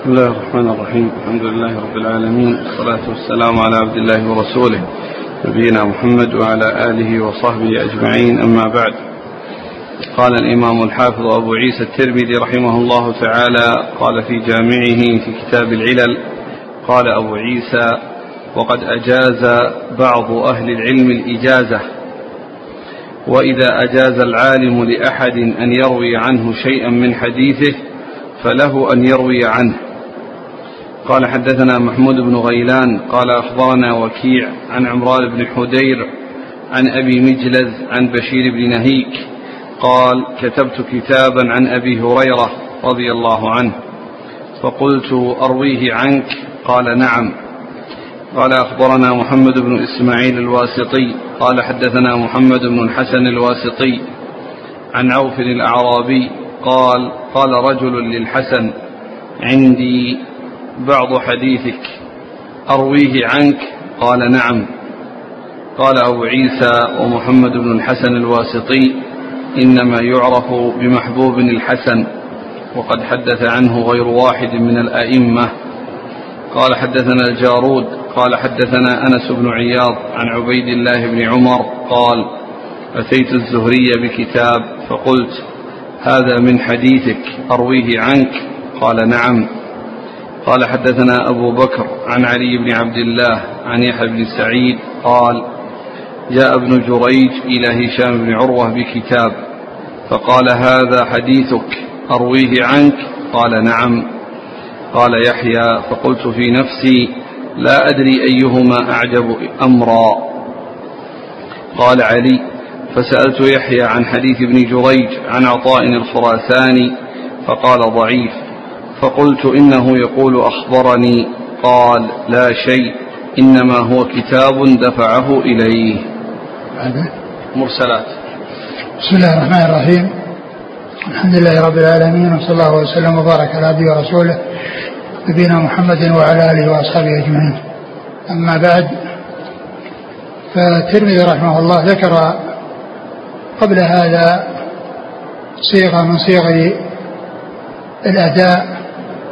بسم الله الرحمن الرحيم. الحمد لله رب العالمين، والصلاة والسلام على عبد الله ورسوله نبينا محمد وعلى آله وصحبه أجمعين، أما بعد. قال الإمام الحافظ أبو عيسى الترمذي رحمه الله تعالى قال في جامعه في كتاب العلل، قال أبو عيسى: وقد أجاز بعض أهل العلم الإجازة، وإذا أجاز العالم لأحد أن يروي عنه شيئا من حديثه فله أن يروي عنه. قال: حدثنا محمود بن غيلان قال أخبرنا وكيع عن عمران بن حدير عن أبي مجلز عن بشير بن نهيك قال: كتبت كتابا عن أبي هريرة رضي الله عنه فقلت: أرويه عنك؟ قال: نعم. قال: أخبرنا محمد بن إسماعيل الواسطي قال حدثنا محمد بن الحسن الواسطي عن عوف الأعرابي قال: قال رجل للحسن: عندي بعض حديثك أرويه عنك؟ قال: نعم. قال أبو عيسى: ومحمد بن الحسن الواسطي إنما يعرف بمحبوب الحسن، وقد حدث عنه غير واحد من الأئمة. قال: حدثنا الجارود قال حدثنا أنس بن عياض عن عبيد الله بن عمر قال: أتيت الزهري بكتاب فقلت: هذا من حديثك أرويه عنك؟ قال: نعم. قال: حدثنا أبو بكر عن علي بن عبد الله عن يحيى بن سعيد قال: جاء ابن جريج إلى هشام بن عروة بكتاب فقال: هذا حديثك أرويه عنك؟ قال: نعم. قال يحيى: فقلت في نفسي: لا أدري أيهما أعجب أمرا. قال علي: فسألت يحيى عن حديث ابن جريج عن عطاء الخراساني فقال: ضعيف. فقلت: إنه يقول أخبرني. قال: لا شيء، إنما هو كتاب دفعه إليه. مرسلات. بسم الله الرحمن الرحيم. الحمد لله رب العالمين، وصلى الله وسلم وبارك على عبده ورسوله نبينا محمد وعلى آله وأصحابه أجمعين. أما بعد، فالترمذي رحمه الله ذكر قبل هذا صيغة من صيغ الأداء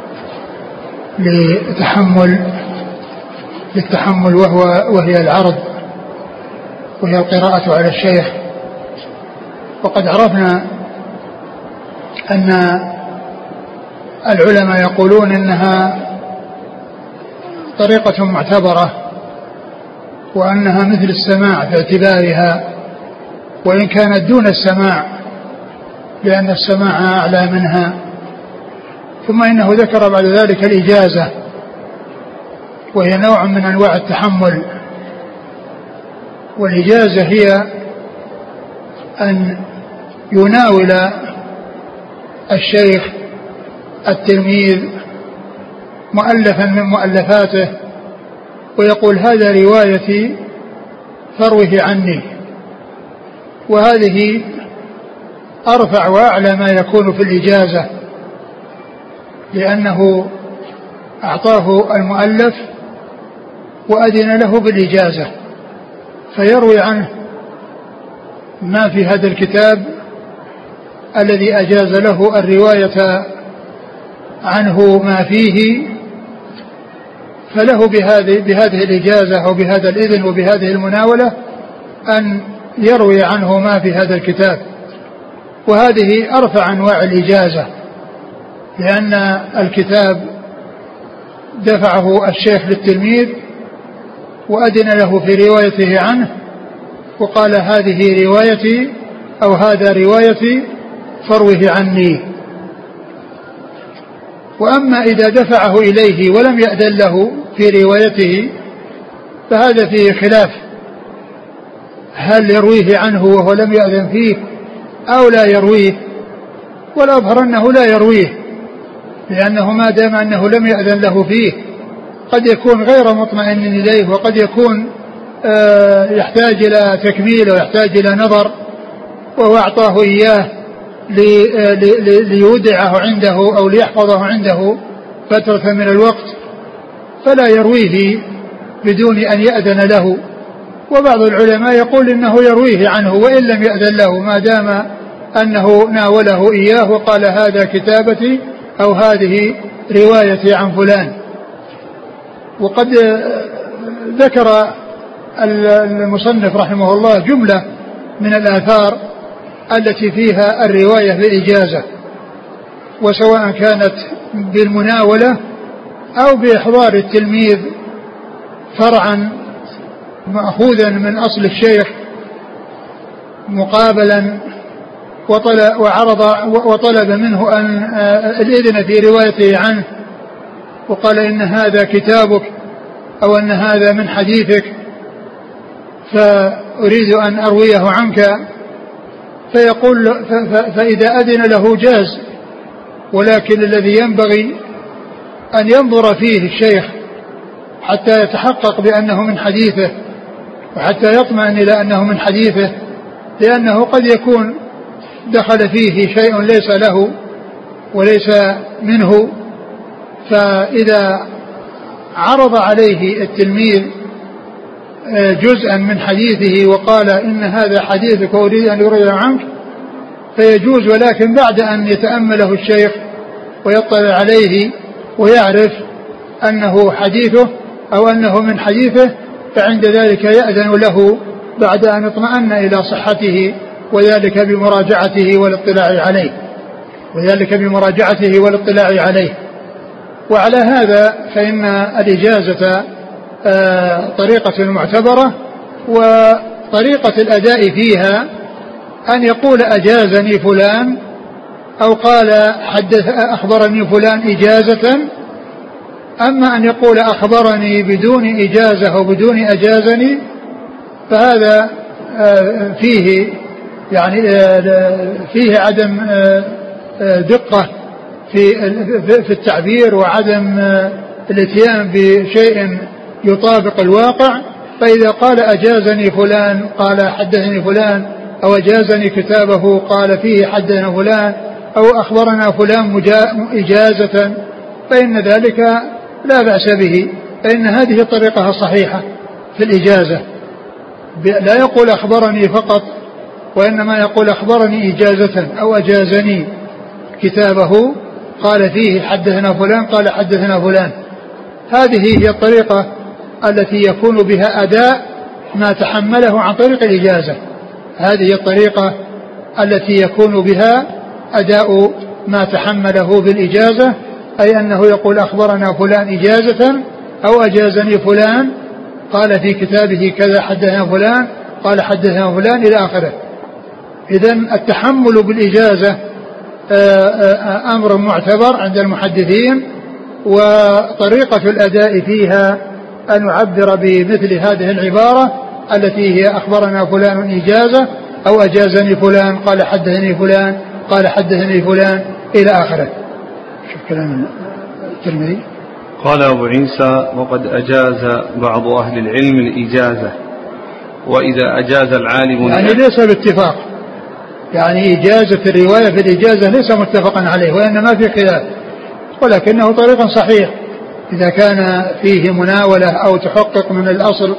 للتحمل وهي العرض، وهي القراءة على الشيخ. وقد عرفنا أن العلماء يقولون إنها طريقة معتبرة، وأنها مثل السماع في اعتبارها، وإن كانت دون السماع لأن السماع أعلى منها. ثم إنه ذكر بعد ذلك الإجازة، وهي نوع من أنواع التحمل. والإجازة هي أن يناول الشيخ التلميذ مؤلفا من مؤلفاته ويقول: هذا روايتي فاروه عني. وهذه أرفع وأعلى ما يكون في الإجازة، لأنه أعطاه المؤلف وأذن له بالإجازة، فيروي عنه ما في هذا الكتاب الذي أجاز له الرواية عنه ما فيه، فله بهذه الإجازة أو بهذا الإذن وبهذه المناولة أن يروي عنه ما في هذا الكتاب. وهذه أرفع أنواع الإجازة، لأن الكتاب دفعه الشيخ للتلميذ وأذن له في روايته عنه، وقال: هذه روايتي أو هذا روايتي فاروه عني. وأما إذا دفعه إليه ولم يأذن له في روايته فهذا فيه خلاف، هل يرويه عنه وهو لم يأذن فيه أو لا يرويه؟ والأظهر أنه لا يرويه، لأنه ما دام أنه لم يأذن له فيه قد يكون غير مطمئن إليه، وقد يكون يحتاج إلى تكميل ويحتاج إلى نظر، وهو أعطاه إياه ليودعه عنده أو ليحفظه عنده فترة من الوقت، فلا يرويه بدون أن يأذن له. وبعض العلماء يقول إنه يرويه عنه وإن لم يأذن له، ما دام أنه ناوله إياه وقال: هذا كتابتي أو هذه روايتي عن فلان. وقد ذكر المصنف رحمه الله جملة من الآثار التي فيها الرواية بالإجازة، وسواء كانت بالمناولة أو بإحضار التلميذ فرعا مأخوذا من أصل الشيخ مقابلا وطلب منه أن الإذن في روايته عنه، وقال إن هذا كتابك أو أن هذا من حديثك فأريد أن أرويه عنك، فيقول فإذا أذن له جاز، ولكن الذي ينبغي أن ينظر فيه الشيخ حتى يتحقق بأنه من حديثه وحتى يطمئن إلى أنه من حديثه، لأنه قد يكون دخل فيه شيء ليس له وليس منه. فإذا عرض عليه التلميذ جزءا من حديثه وقال إن هذا حديثك وأريد أن يرويه عنك فيجوز، ولكن بعد أن يتأمله الشيخ ويطلع عليه ويعرف أنه حديثه أو أنه من حديثه، فعند ذلك يأذن له بعد أن اطمأن إلى صحته، وذلك بمراجعته والاطلاع عليه. وعلى هذا فإن الإجازة طريقة معتبرة، وطريقة الأداء فيها أن يقول أجازني فلان أو قال أخبرني فلان إجازة. أما أن يقول أخبرني بدون إجازة أو بدون أجازني فهذا فيه عدم دقة في التعبير، وعدم الاتيان بشيء يطابق الواقع. فإذا قال أجازني فلان قال حدثني فلان، أو أجازني كتابه قال فيه حدثنا فلان، أو أخبرنا فلان إجازة، فإن ذلك لا بأس به، فإن هذه الطريقة الصحيحة في الإجازة. لا يقول أخبرني فقط، وإنما يقول أخبرني إجازة أو أجازني كتابه قال فيه حدثنا فلان قال حدثنا فلان. هذه هي الطريقة التي يكون بها أداء ما تحمله عن طريق الإجازة. هذه الطريقة التي يكون بها أداء ما تحمله بالإجازة، أي أنه يقول أخبرنا فلان إجازة أو أجازني فلان قال في كتابه كذا حدثنا فلان قال حدثنا فلان إلى آخره. إذن التحمل بالإجازة أمر معتبر عند المحدثين، وطريقة الأداء فيها أن نعبر بمثل هذه العبارة التي هي أخبرنا فلان إجازة أو أجازني فلان قال حدثني فلان قال حدثني فلان إلى آخره. شوف كلام الترمذي. قال أبو عيسى: وقد أجاز بعض أهل العلم الإجازة، وإذا أجاز العالم يعني ليس باتفاق، يعني إجازة الرواية في الإجازة ليس متفقا عليه، وإنما في خلاف، ولكنه طريق صحيح إذا كان فيه مناولة أو تحقق من الأصل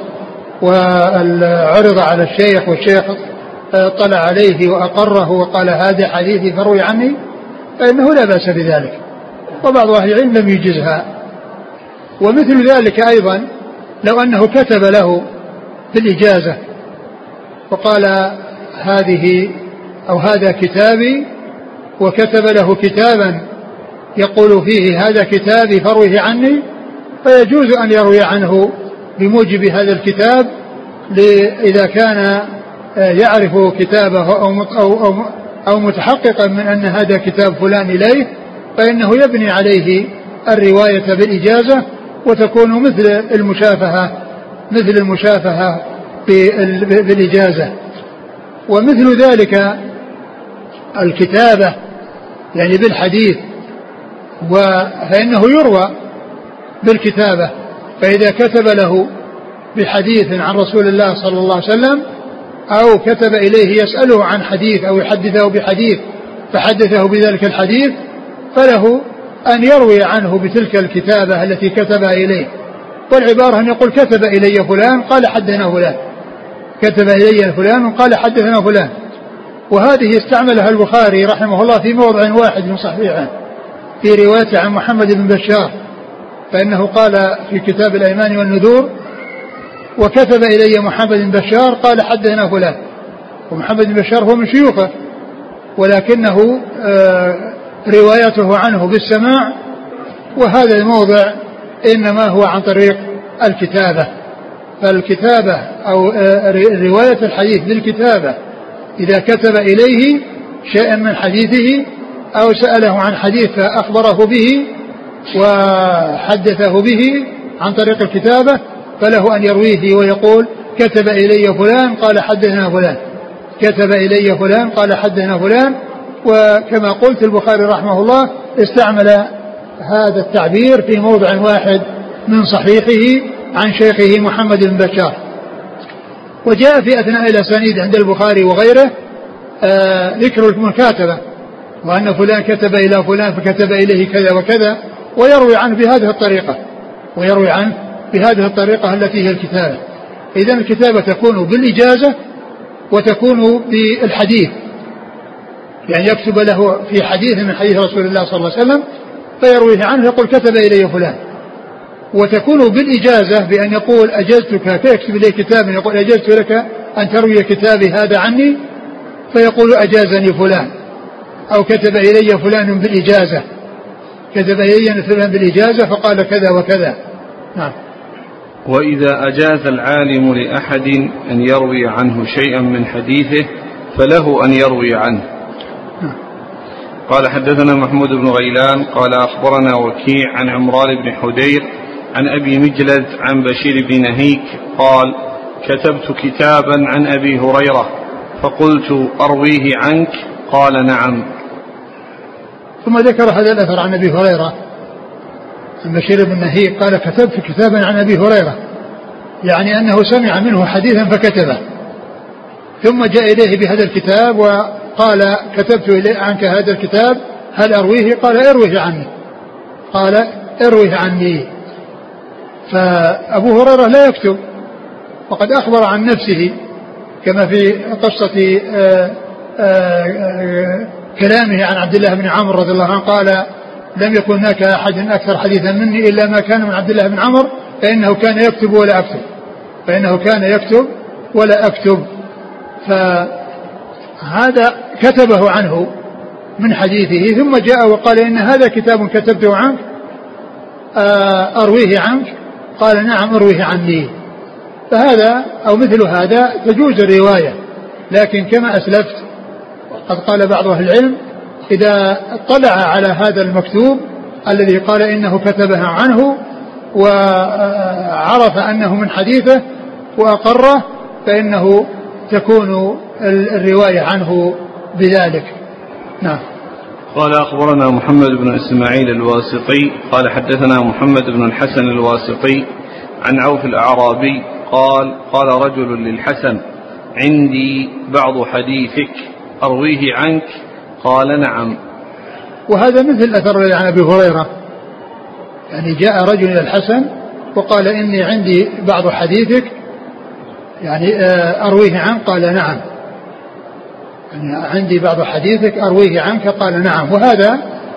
وعرض على الشيخ والشيخ طلع عليه وأقره وقال هذا حديثي فروي عني، فإنه لا بأس بذلك. وبعض أهل العلم لم يجزها. ومثل ذلك أيضا لو أنه كتب له في الإجازة وقال هذه أو هذا كتابي، وكتب له كتابا يقول فيه هذا كتابي فروه عني، فيجوز أن يروي عنه بموجب هذا الكتاب إذا كان يعرف كتابه أو متحققا من أن هذا كتاب فلان إليه، فإنه يبني عليه الرواية بالإجازة، وتكون مثل المشافهة بالإجازة. ومثل ذلك الكتابة يعني بالحديث، فإنه يروى بالكتابة. فإذا كتب له بحديث عن رسول الله صلى الله عليه وسلم، أو كتب إليه يسأله عن حديث أو يحدثه بحديث فحدثه بذلك الحديث، فله أن يروي عنه بتلك الكتابة التي كتبها إليه. والعبارة أن يقول كتب إلي فلان قال حدثنا فلان، كتب إلي فلان قال حدثنا فلان. وهذه استعملها البخاري رحمه الله في موضع واحد من صحيحه، في روايته عن محمد بن بشار، فإنه قال في كتاب الأيمان والنذور: وكتب إلي محمد بن بشار قال حدثنا فلان. ومحمد بن بشار هو من شيوخه، ولكنه روايته عنه بالسماع، وهذا الموضع إنما هو عن طريق الكتابة. فالكتابة أو رواية الحديث بالكتابة إذا كتب إليه شيئا من حديثه أو سأله عن حديث فأخبره به وحدثه به عن طريق الكتابة، فله أن يرويه ويقول: كتب إلي فلان قال حدثنا فلان، كتب إلي فلان قال حدثنا فلان. وكما قلت البخاري رحمه الله استعمل هذا التعبير في موضع واحد من صحيحه عن شيخه محمد بن بشار. وجاء في أثناء الأسانيد عند البخاري وغيره ذكر المكاتبة، وأن فلان كتب إلى فلان فكتب إليه كذا وكذا، ويروي عنه بهذه الطريقة التي هي الكتابة. إذن الكتابة تكون بالإجازة وتكون بالحديث، يعني يكتب له في حديث من حديث رسول الله صلى الله عليه وسلم فيرويه عنه يقول: كتب إلي فلان. وتكون بالإجازة بأن يقول: أجزتك، فيكتب إليه كتابا يقول: أجزت لك أن تروي كتابي هذا عني، فيقول: أجازني فلان. أو كتب إلي فلان بالإجازة، كتب إلي فلان بالإجازة فقال كذا وكذا. نعم. وإذا أجاز العالم لأحد أن يروي عنه شيئا من حديثه فله أن يروي عنه. قال: حدثنا محمود بن غيلان قال: أخبرنا وكيع عن عمران بن حدير عن أبي مجلد عن بشير بن نهيك قال: كتبت كتابا عن أبي هريرة فقلت: أرويه عنك؟ قال: نعم. ثم ذكر هذا الأثر عن أبي هريرة عن بشير بن نهيك قال: كتبت كتابا عن أبي هريرة، يعني أنه سمع منه حديثا فكتبه، ثم جاء إليه بهذا الكتاب وقال: كتبت إليه عنك هذا الكتاب هل أرويه؟ قال: ارويه عني. قال: ارويه عني. فأبو هريرة لا يكتب، وقد أخبر عن نفسه كما في قصة كلامه عن عبد الله بن عمرو رضي الله عنه قال: لم يكن هناك أحد أكثر حديثا مني إلا ما كان من عبد الله بن عمرو فإنه كان يكتب ولا أكتب. فهذا كتبه عنه من حديثه، ثم جاء وقال: إن هذا كتاب كتبته عنك أرويه عنك؟ قال: نعم أرويه عني. فهذا أو مثل هذا تجوز الرواية، لكن كما أسلفت قد قال بعض أهل العلم: إذا اطلع على هذا المكتوب الذي قال إنه كتبها عنه وعرف أنه من حديثه وأقره، فإنه تكون الرواية عنه بذلك. نعم. قال: أخبرنا محمد بن إسماعيل الواسطي قال: حدثنا محمد بن الحسن الواسطي عن عوف الأعرابي قال: قال رجل للحسن: عندي بعض حديثك أرويه عنك؟ قال: نعم. وهذا مثل الأثر عن أبي هريرة، يعني جاء رجل إلى الحسن وقال: إني عندي بعض حديثك يعني أرويه عنك؟ قال: نعم. يعني عندي بعض حديثك أرويه عنك؟ قال: نعم. وهذا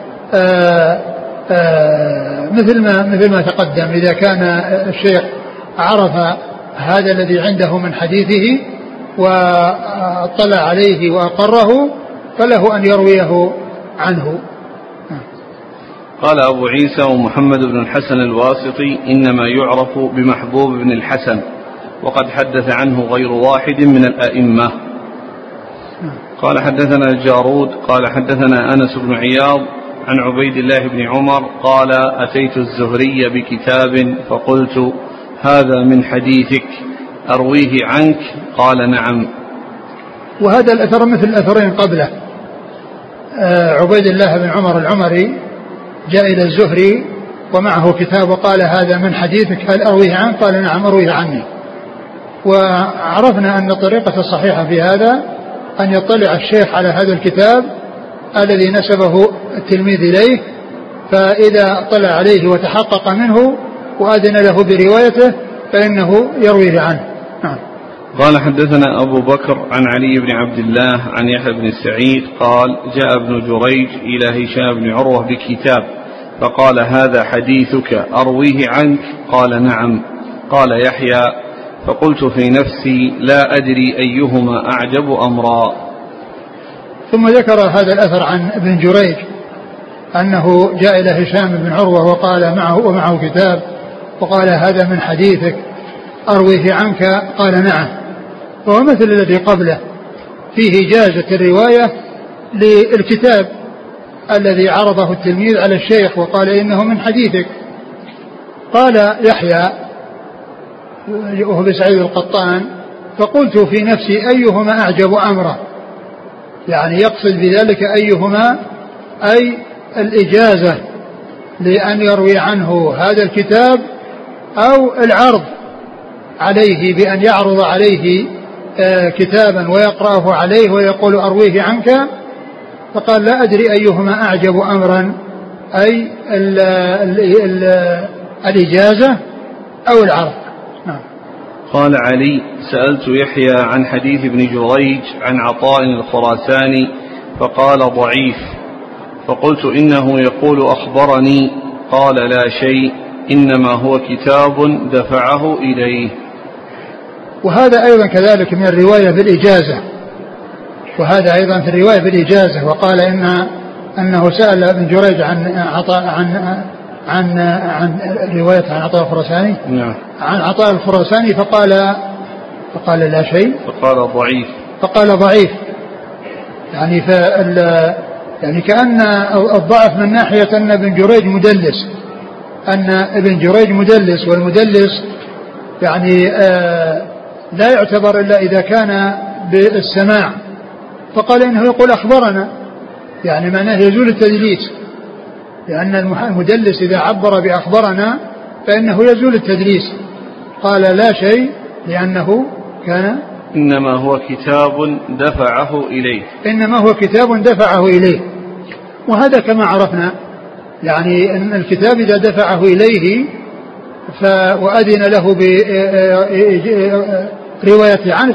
مثل ما تقدم، إذا كان الشيخ عرف هذا الذي عنده من حديثه واطلع عليه وأقره فله أن يرويه عنه. قال أبو عيسى: ومحمد بن الحسن الواسطي إنما يعرف بمحبوب بن الحسن، وقد حدث عنه غير واحد من الأئمة. قال: حدثنا الجارود قال: حدثنا أنس بن عياض عن عبيد الله بن عمر قال: أتيت الزهري بكتاب فقلت: هذا من حديثك أرويه عنك؟ قال: نعم. وهذا الأثر مثل الأثرين قبله. عبيد الله بن عمر العمري جاء إلى الزهري ومعه كتاب وقال: هذا من حديثك هل أرويه عنك؟ قال: نعم أرويه عني. وعرفنا أن الطريقة الصحيحة في هذا أن يطلع الشيخ على هذا الكتاب الذي نسبه التلميذ إليه، فإذا طلع عليه وتحقق منه وأذن له بروايته فإنه يرويه عنه. نعم. قال: حدثنا أبو بكر عن علي بن عبد الله عن يحيى بن سعيد قال: جاء ابن جريج إلى هشام بن عروة بكتاب فقال: هذا حديثك أرويه عنك؟ قال: نعم. قال يحيى: فقلت في نفسي لا أدري أيهما أعجب أمرا. ثم ذكر هذا الأثر عن ابن جريج أنه جاء إلى هشام بن عروة وقال ومعه كتاب، وقال: هذا من حديثك أرويه عنك؟ قال: نعم. وهو مثل الذي قبله، فيه جازة الرواية للكتاب الذي عرضه التلميذ على الشيخ وقال إنه من حديثك. قال يحيى وهو بسعيد القطان: فقلت في نفسي أيهما أعجب أمرا، يعني يقصد بذلك أيهما أي الإجازة لأن يروي عنه هذا الكتاب أو العرض عليه بأن يعرض عليه كتابا ويقرأه عليه ويقول أرويه عنك. فقال: لا أدري أيهما أعجب أمرا، أي الإجازة أو العرض. نعم. قال علي: سألت يحيى عن حديث ابن جريج عن عطاء الخراساني فقال: ضعيف. فقلت: إنه يقول أخبرني. قال: لا شيء، إنما هو كتاب دفعه إليه. وهذا أيضا كذلك من الرواية بالإجازة، وهذا أيضا في الرواية بالإجازة. وقال أنه سأل ابن جريج عن عطاء عن رواية عن عطاء الخراساني. نعم. عن عطاء الخراساني فقال لا شيء، فقال ضعيف. يعني كأن الضعف من ناحية أن ابن جريج مدلس، والمدلس يعني لا يعتبر إلا إذا كان بالسماع. فقال إنه يقول أخبرنا، يعني معناه يزول التدليس، لأن المدلس إذا عبر بأخبرنا فإنه يزول التدليس. قال: لا شيء، لأنه كان إنما هو كتاب دفعه إليه. وهذا كما عرفنا، يعني أن الكتاب إذا دفعه إليه وأذن له برواية عنه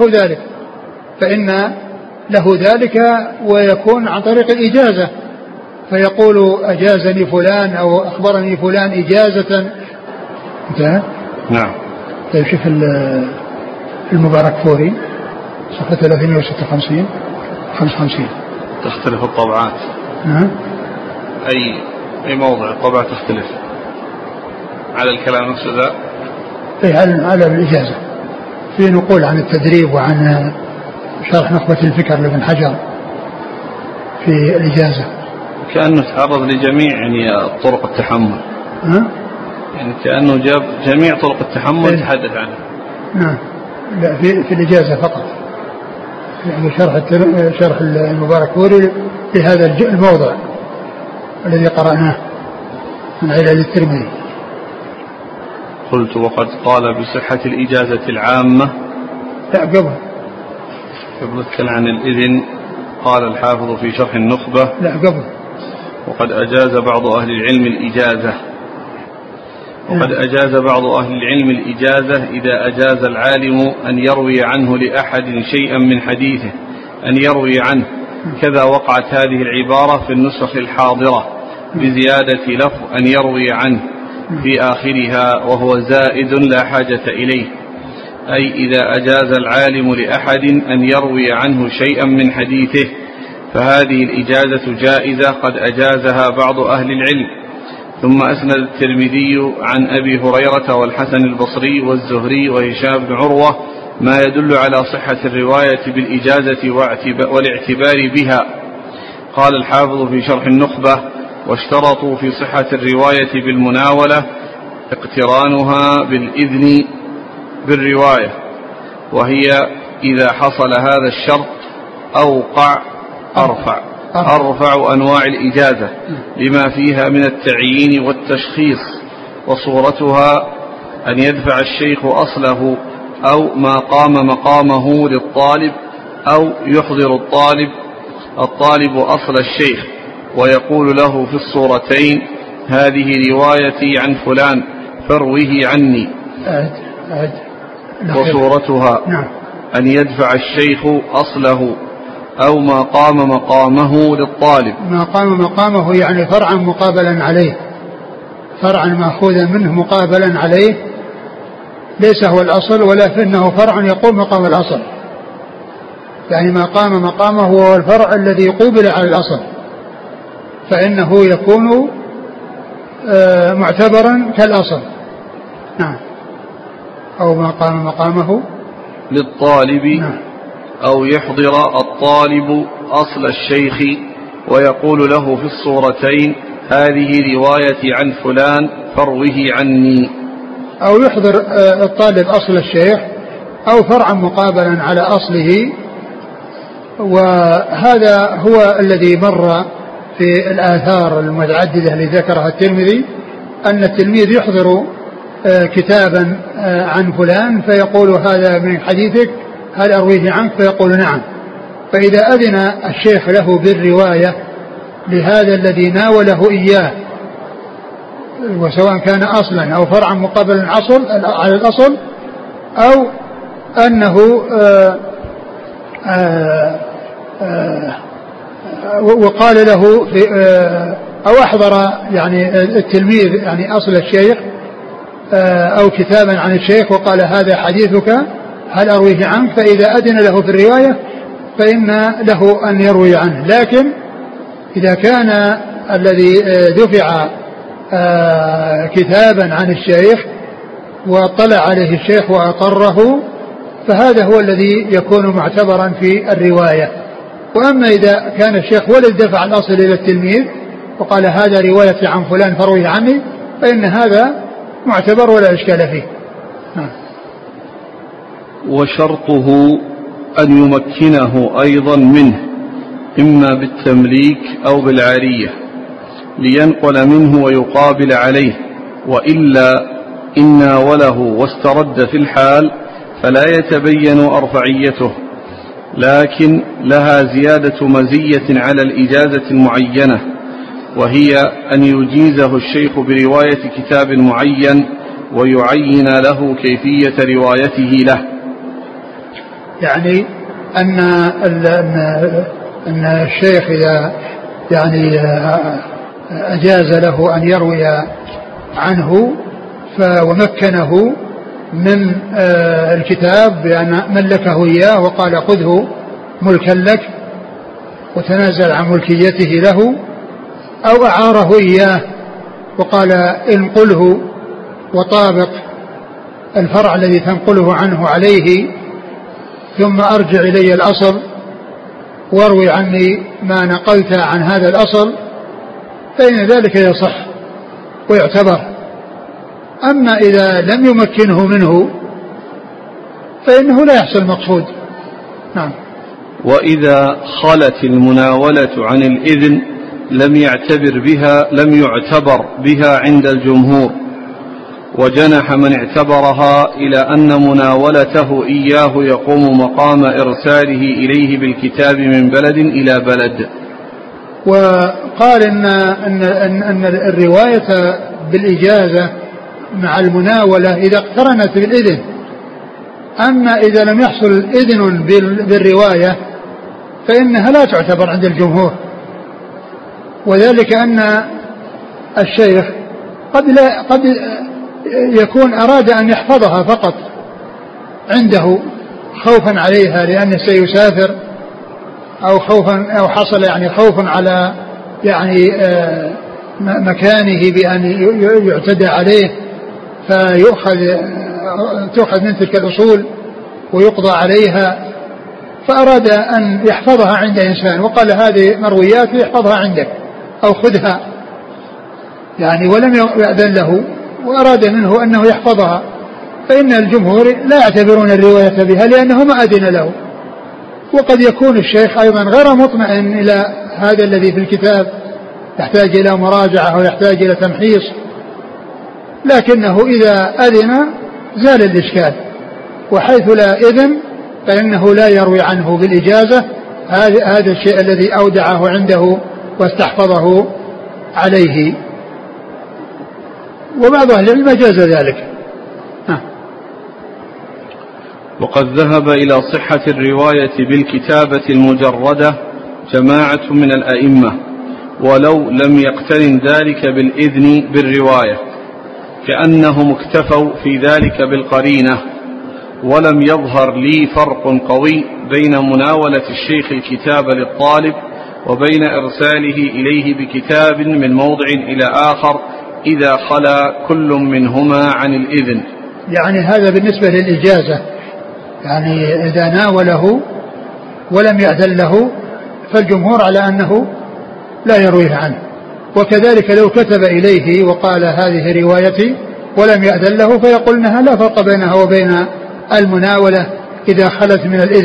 فإن له ذلك ويكون عن طريق الإجازة، فيقول: أجازني فلان أو أخبرني فلان إجازة. انتهى. نعم. طيب، شوف المبارك فوري صفحة 356 55. تختلف الطبعات. أي موضع الطبعة تختلف على الكلام نفسه ذا. على الإجازة، في نقول عن التدريب وعن شرح نخبة الفكر لابن حجر في الإجازة، كأنه تعرض لجميع يعني طرق التحمل. يعني كأنه جاب جميع طرق التحمل تحدث عنه. نعم. لا، في الإجازة فقط، يعني شرح المبارك فوري لهذا الموضع الذي قرأناه من علل الترمذي. قلت: وقد قال بصحة الإجازة العامة. لا، قبل عن الإذن قال الحافظ في شرح النخبة. لا، قبل. وقد أجاز بعض أهل العلم الإجازة إذا أجاز العالم أن يروي عنه لأحد شيئا من حديثه أن يروي عنه. كذا وقعت هذه العبارة في النسخ الحاضرة بزيادة لفظ أن يروي عنه في آخرها، وهو زائد لا حاجة إليه، أي إذا أجاز العالم لأحد أن يروي عنه شيئا من حديثه فهذه الإجازة جائزة قد أجازها بعض أهل العلم. ثم أسند الترمذي عن أبي هريرة والحسن البصري والزهري وهشام بن عروة ما يدل على صحة الرواية بالإجازة والاعتبار بها. قال الحافظ في شرح النخبة: واشترطوا في صحة الرواية بالمناولة اقترانها بالإذن بالرواية، وهي إذا حصل هذا الشرط أوقع أرفع أنواع الإجازة لما فيها من التعيين والتشخيص. وصورتها أن يدفع الشيخ أصله أو ما قام مقامه للطالب، أو يحضر الطالب أصل الشيخ ويقول له في الصورتين: هذه روايتي عن فلان فاروه عني. وصورتها أن يدفع الشيخ أصله أو ما قام مقامه للطالب. ما قام مقامه يعني فرعا مقابلا عليه، فرعا مأخوذا منه مقابلا عليه، ليس هو الأصل ولكنه فرع يقوم مقام الأصل، يعني ما قام مقامه هو الفرع الذي قوبل على الأصل، فإنه يكون معتبرا كالأصل. نعم. أو ما قام مقامه للطالب. نعم. أو يحضر الطالب أصل الشيخ ويقول له في الصورتين هذه روايتي عن فلان فروه عني. أو يحضر الطالب أصل الشيخ أو فرعا مقابلا على أصله، وهذا هو الذي مر في الآثار المتعددة التي ذكرها الترمذي، أن التلميذ يحضر كتابا عن فلان فيقول هذا من حديثك هل أرويه عنك؟ فيقول نعم. فإذا أذن الشيخ له بالرواية لهذا الذي ناوله إياه، وسواء كان أصلا أو فرعا مقابلا على الأصل، أو أنه وقال له أو أحضر يعني التلميذ يعني أصل الشيخ أو كتابا عن الشيخ وقال هذا حديثك هل أرويه عنك؟ فإذا أذن له في الرواية فإن له أن يروي عنه. لكن إذا كان الذي دفع كتابا عن الشيخ واطلع عليه الشيخ وأقره فهذا هو الذي يكون معتبرا في الرواية. وأما إذا كان الشيخ هو الذي دفع الأصل إلى التلميذ وقال هذا رواية عن فلان فروي عني فإن هذا معتبر ولا إشكال فيه. وشرطه أن يمكنه أيضا منه إما بالتمليك أو بالعارية لينقل منه ويقابل عليه، وإلا إن ناوله واسترد في الحال فلا يتبين أرفعيته، لكن لها زيادة مزية على الإجازة المعينة، وهي أن يجيزه الشيخ برواية كتاب معين ويعين له كيفية روايته له. يعني أن الشيخ إذا يعني أجاز له أن يروي عنه ومكنه من الكتاب بأن ملكه إياه وقال خذه ملكا لك وتنازل عن ملكيته له، أو أعاره إياه وقال انقله وطابق الفرع الذي تنقله عنه عليه ثم أرجع إلي الأصل واروي عني ما نقلت عن هذا الأصل، فإن ذلك يصح ويعتبر. أما إذا لم يمكنه منه فإنه لا يحصل المقصود. نعم. وإذا خلت المناولة عن الإذن لم يعتبر بها عند الجمهور، وجنح من اعتبرها إلى أن مناولته إياه يقوم مقام إرساله إليه بالكتاب من بلد إلى بلد. وقال أن الرواية بالإجازة مع المناولة إذا اقترنت بالإذن، أما إذا لم يحصل إذن بالرواية فإنها لا تعتبر عند الجمهور، وذلك أن الشيخ قد يكون أراد أن يحفظها فقط عنده خوفا عليها لأنه سيسافر، أو حصل يعني خوف على يعني مكانه بأن يعتدى عليه تؤخذ من تلك الأصول ويقضى عليها، فأراد أن يحفظها عند إنسان وقال هذه مرويات يحفظها عندك أو خذها يعني، ولم يأذن له وأراد منه أنه يحفظها، فإن الجمهور لا يعتبرون الرواية بها لأنه ما أذن له. وقد يكون الشيخ أيضا غير مطمئن إلى هذا الذي في الكتاب، يحتاج إلى مراجعة ويحتاج إلى تمحيص، لكنه إذا أذن زال الإشكال، وحيث لا إذن فإنه لا يروي عنه بالإجازة هذا الشيء الذي أودعه عنده واستحفظه عليه. وبعض أهل العلم جاز ذلك. وقد ذهب إلى صحة الرواية بالكتابة المجردة جماعة من الأئمة، ولو لم يقترن ذلك بالإذن بالرواية، كأنهم اكتفوا في ذلك بالقرينة. ولم يظهر لي فرق قوي بين مناولة الشيخ الكتاب للطالب وبين إرساله إليه بكتاب من موضع إلى آخر إذا خلا كل منهما عن الإذن. يعني هذا بالنسبة للإجازة، يعني إذا ناوله ولم يأذن له فالجمهور على أنه لا يرويه عنه. وكذلك لو كتب إليه وقال هذه روايتي ولم يأذن له فيقول إنها لا فرق بينها وبين المناولة إذا خلت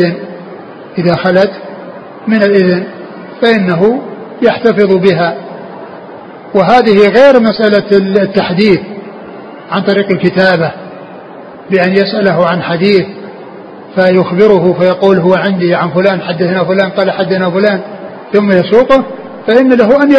من الإذن فإنه يحتفظ بها. وهذه غير مسألة التحديث عن طريق الكتابة بأن يسأله عن حديث فيخبره فيقول هو عندي عن فلان حدثنا فلان قال حدثنا فلان ثم يسوقه، فإن له أن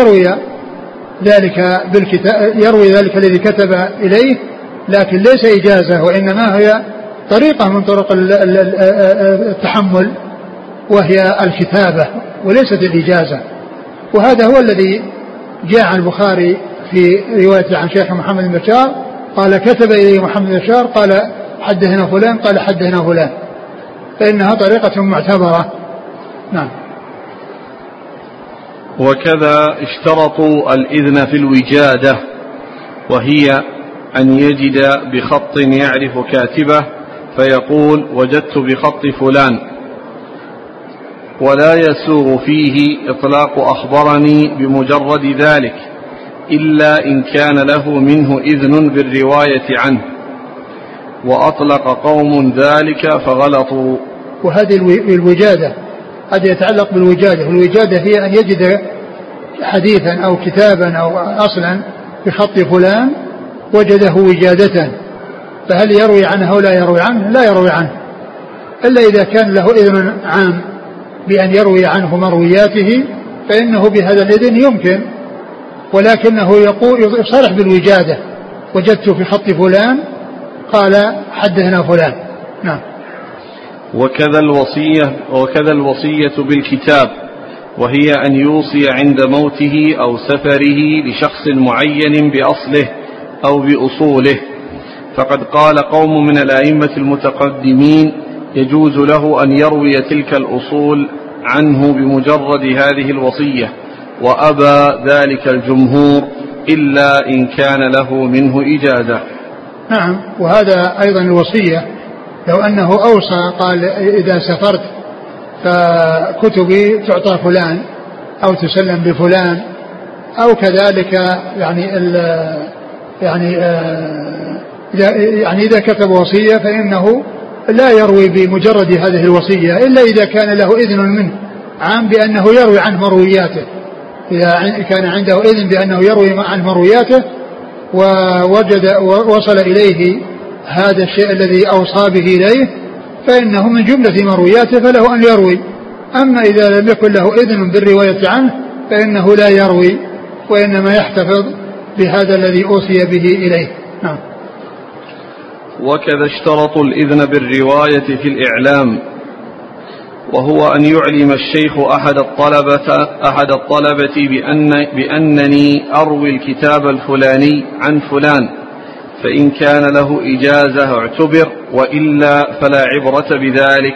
يروي ذلك الذي كتب إليه، لكن ليس إجازة، وإنما هي طريقة من طرق التحمل وهي الكتابة وليست الإجازة. وهذا هو الذي جاء عن البخاري في رواية عن شيخ محمد بن بشار قال كتب إليه محمد بن بشار قال حدثنا فلان قال حدثنا فلان، فإنها طريقة معتبرة. نعم. وكذا اشترطوا الإذن في الوجادة، وهي أن يجد بخط يعرف كاتبه فيقول وجدت بخط فلان، ولا يسوغ فيه إطلاق أخبرني بمجرد ذلك إلا إن كان له منه إذن بالرواية عنه، وأطلق قوم ذلك فغلطوا. وهذه الوجادة هذا يتعلق بالوجادة، والوجادة هي أن يجد حديثا أو كتابا أو أصلا بخط فلان وجده وجادة، فهل يروي عنه أو لا يروي عنه؟ لا يروي عنه إلا إذا كان له إذن عام بأن يروي عنه مروياته، فإنه بهذا الإذن يمكن، ولكنه يصرح بالوجادة وجدت في خط فلان قال حدثنا فلان. نعم. وكذا الوصية بالكتاب، وهي أن يوصي عند موته أو سفره لشخص معين بأصله أو بأصوله، فقد قال قوم من الأئمة المتقدمين يجوز له أن يروي تلك الأصول عنه بمجرد هذه الوصية، وأبى ذلك الجمهور إلا إن كان له منه إجازة. نعم. وهذا أيضا الوصية، لو أنه أوصى قال إذا سافرت فكتبي تعطى فلان أو تسلم بفلان، أو كذلك يعني إذا كتب وصية فإنه لا يروي بمجرد هذه الوصية إلا إذا كان له إذن منه عام بأنه يروي عنه مروياته. إذا كان عنده إذن بأنه يروي عنه مروياته ووصل إليه هذا الشيء الذي أوصى به إليه فإنه من جملة مروياته فله أن يروي. أما إذا لم يكن له إذن بالرواية عنه فإنه لا يروي، وإنما يحتفظ بهذا الذي أوصي به إليه. نعم. وكذا اشترطوا الإذن بالرواية في الإعلام، وهو أن يعلم الشيخ أحد الطلبة بأنني أروي الكتاب الفلاني عن فلان، فإن كان له إجازة اعتبر، وإلا فلا عبرة بذلك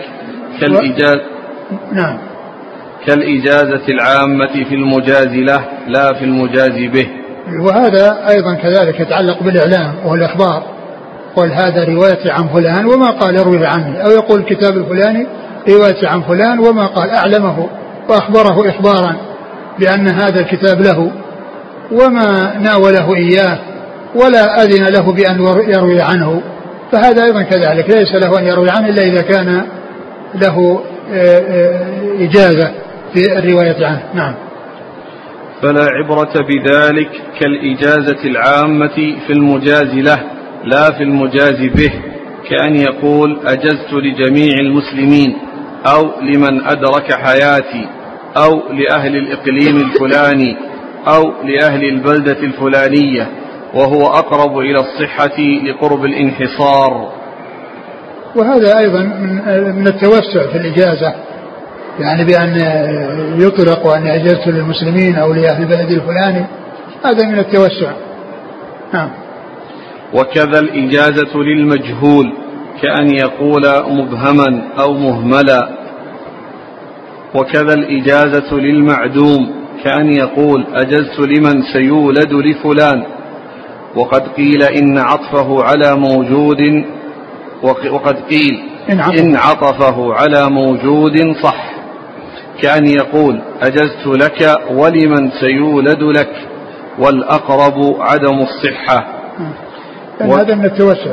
كالإجازة العامة في المجاز له لا في المجاز به. وهذا أيضا كذلك يتعلق بالإعلام والإخبار، قل هذا رواية عن فلان وما قال يروي عنه، أو يقول الكتاب الفلاني رواية عن فلان وما قال، أعلمه وأخبره إخبارا بأن هذا الكتاب له وما ناوله إياه ولا أذن له بأن يروي عنه، فهذا أيضا كذلك ليس له أن يروي عنه إلا إذا كان له إجازة في الرواية عنه. نعم. فلا عبرة بذلك كالإجازة العامة في المجاز له لا في المجاز به، كأن يقول أجزت لجميع المسلمين، أو لمن أدرك حياتي، أو لأهل الإقليم الفلاني، أو لأهل البلدة الفلانية، وهو أقرب إلى الصحة لقرب الانحصار. وهذا أيضا من التوسع في الإجازة، يعني بأن يطلق وأن أجزت للمسلمين أو لأهل البلد الفلاني، هذا من التوسع. نعم. وكذا الإجازة للمجهول كأن يقول مبهما أو مهملا. وكذا الإجازة للمعدوم كأن يقول أجزت لمن سيولد لفلان، وقد قيل إن عطفه على موجود، وقد قيل إن عطفه على موجود صح، كأن يقول أجزت لك ولمن سيولد لك، والأقرب عدم الصحة. هذا من التوسع.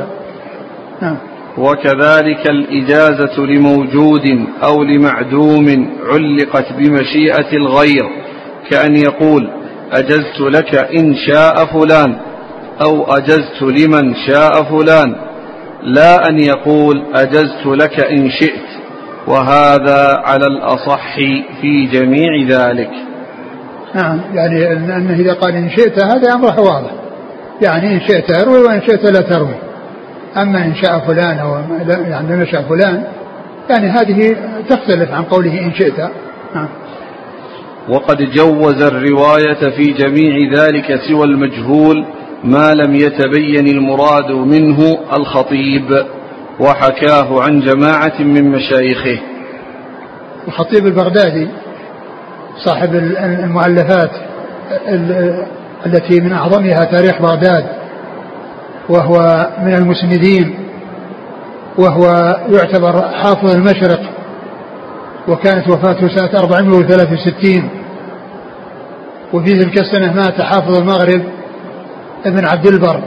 وكذلك الإجازة لموجود أو لمعدوم علقت بمشيئة الغير، كأن يقول أجزت لك إن شاء فلان، أو أجزت لمن شاء فلان، لا أن يقول أجزت لك إن شئت، وهذا على الأصح في جميع ذلك. نعم، يعني أنه إذا قال إن شئت هذا أمره واضح، يعني إن شئت أروي وإن شئت لا تروي. أما إن شاء فلان أو يعني لم يشاء فلان، يعني هذه تختلف عن قوله إن شئت. وقد جوز الرواية في جميع ذلك سوى المجهول ما لم يتبين المراد منه الخطيب، وحكاه عن جماعة من مشايخه. الخطيب البغدادي صاحب المؤلفات التي من أعظمها تاريخ بغداد، وهو من المسندين، وهو يعتبر حافظ المشرق، وكانت وفاته سنة 463، وفي تلك السنة مات حافظ المغرب ابن عبد البر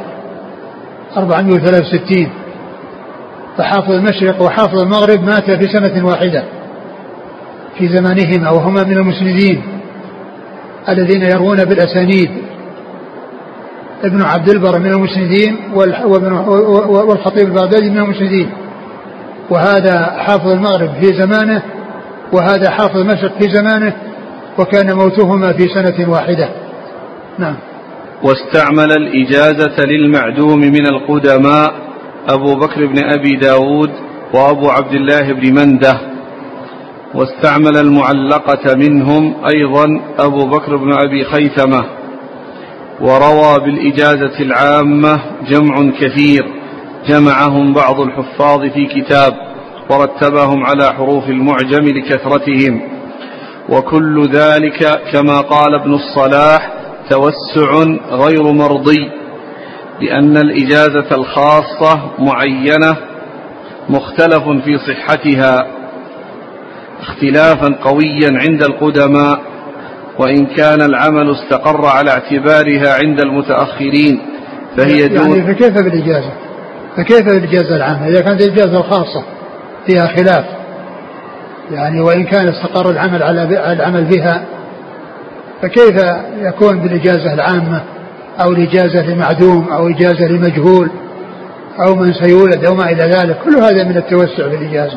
463. فحافظ المشرق وحافظ المغرب مات في سنة واحدة في زمانهما، وهما من المسندين الذين يروون بالأسانيد. ابن عبد البر من المسندين، والخطيب البغدادي من المسندين، وهذا حافظ المغرب في زمانه وهذا حافظ المشرق في زمانه، وكان موتهما في سنة واحدة. نعم. واستعمل الإجازة للمعدوم من القدماء أبو بكر بن أبي داود وأبو عبد الله بن منده، واستعمل المعلقة منهم أيضا أبو بكر بن أبي خيثمة. وروى بالإجازة العامة جمع كثير جمعهم بعض الحفاظ في كتاب ورتبهم على حروف المعجم لكثرتهم، وكل ذلك كما قال ابن الصلاح توسع غير مرضي، لأن الإجازة الخاصة معينة مختلف في صحتها اختلافا قويا عند القدماء، وإن كان العمل استقر على اعتبارها عند المتأخرين فهي دون. يعني فكيف بالإجازة؟ فكيف بالإجازة العامة إذا كانت الإجازة الخاصة فيها خلاف؟ يعني وإن كان استقر العمل على العمل بها، فكيف يكون بالإجازة العامة أو الإجازة لمعدوم أو إجازة لمجهول أو من سيولد أو ما إلى ذلك؟ كل هذا من التوسع بالإجازة.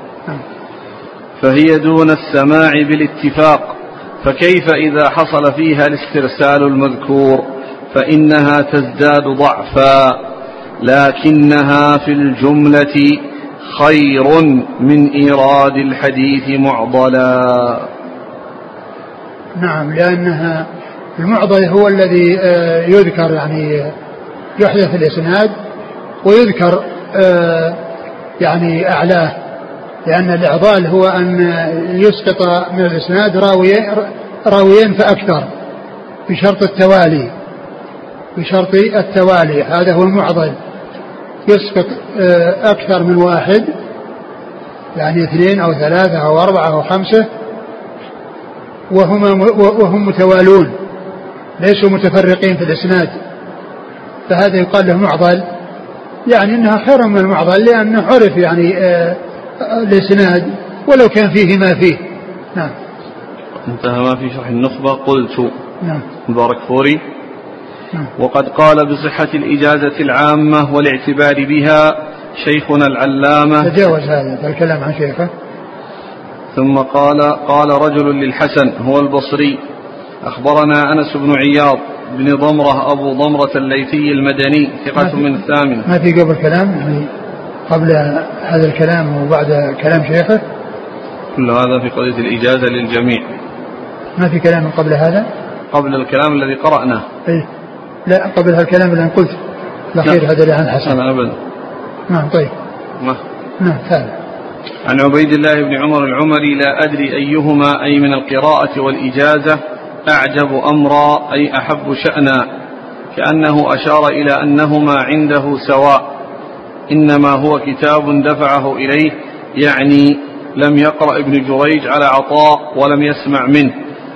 فهي دون السماع بالاتفاق، فكيف إذا حصل فيها الاسترسال المذكور فإنها تزداد ضعفا، لكنها في الجملة خير من إيراد الحديث معضلا. نعم، لأنها المعضل هو الذي يذكر، يعني يحدث الإسناد ويذكر يعني أعلاه، لأن الإعضال هو أن يسقط من الإسناد راويين فأكثر بشرط التوالي، هذا هو المعضل، يسقط أكثر من واحد، يعني 2 أو 3 أو 4 أو 5 وهم متوالون ليسوا متفرقين في الإسناد، فهذا يقال له معضل، يعني إنها خير من المعضل لأنه عرف يعني الإسناد ولو كان فيه ما فيه. نعم. انتهى ما في شرح النخبة. قلت نعم. مبارك فوري. نعم. وقد قال بصحة الإجازة العامة والاعتبار بها شيخنا العلامة. تجاوز هذا الكلام عن شيخه. ثم قال رجل للحسن هو البصري أخبرنا أنس بن عياض بن ضمرة أبو ضمرة الليثي المدني ثقة من الثامنة. ما في قبل كلام يعني قبل هذا الكلام وبعد كلام شيخه؟ كل هذا في قضية الإجازة للجميع. ما في كلام قبل هذا؟ قبل الكلام الذي قرأناه. إيه؟ لا قبل هالكلام اللي قلت الأخير هذا اللي عن حسن. أبدا. نعم طيب. نعم ثالث. عن عبيد الله بن عمر العمري: لا أدري أيهما أي من القراءة والإجازة أعجب أمرا أي أحب شأنا، كأنه أشار إلى أنهما عنده سواء، إنما هو كتاب دفعه إليه، يعني لم يقرأ ابن جريج على عطاء ولم يسمع منه،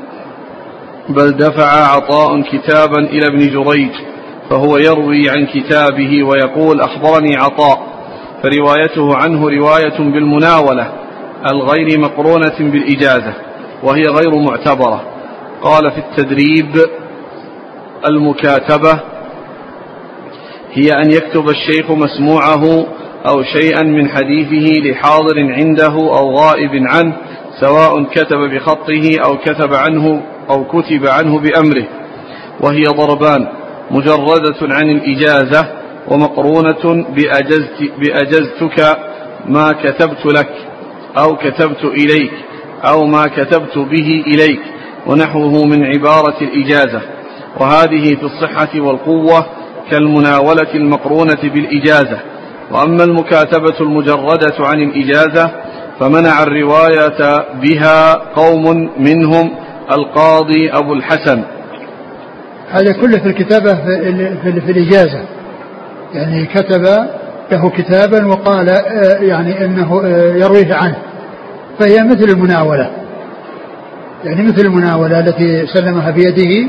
بل دفع عطاء كتابا إلى ابن جريج فهو يروي عن كتابه ويقول أخبرني عطاء، فروايته عنه رواية بالمناولة الغير مقرونة بالإجازة وهي غير معتبرة. قال في التدريب: المكاتبة هي أن يكتب الشيخ مسموعه أو شيئا من حديثه لحاضر عنده أو غائب عنه، سواء كتب بخطه أو كتب عنه بأمره، وهي ضربان: مجردة عن الإجازة ومقرونة بأجزتك ما كتبت لك أو كتبت إليك أو ما كتبت به إليك ونحوه من عبارة الإجازة، وهذه في الصحة والقوة كالمناولة المقرونة بالإجازة. وأما المكاتبة المجردة عن الإجازة فمنع الرواية بها قوم منهم القاضي أبو الحسن. هذا كله في الكتابة في الإجازة، يعني كتب له كتابا وقال يعني أنه يرويه عنه، فهي مثل المناولة، يعني مثل المناولة التي سلمها بيده،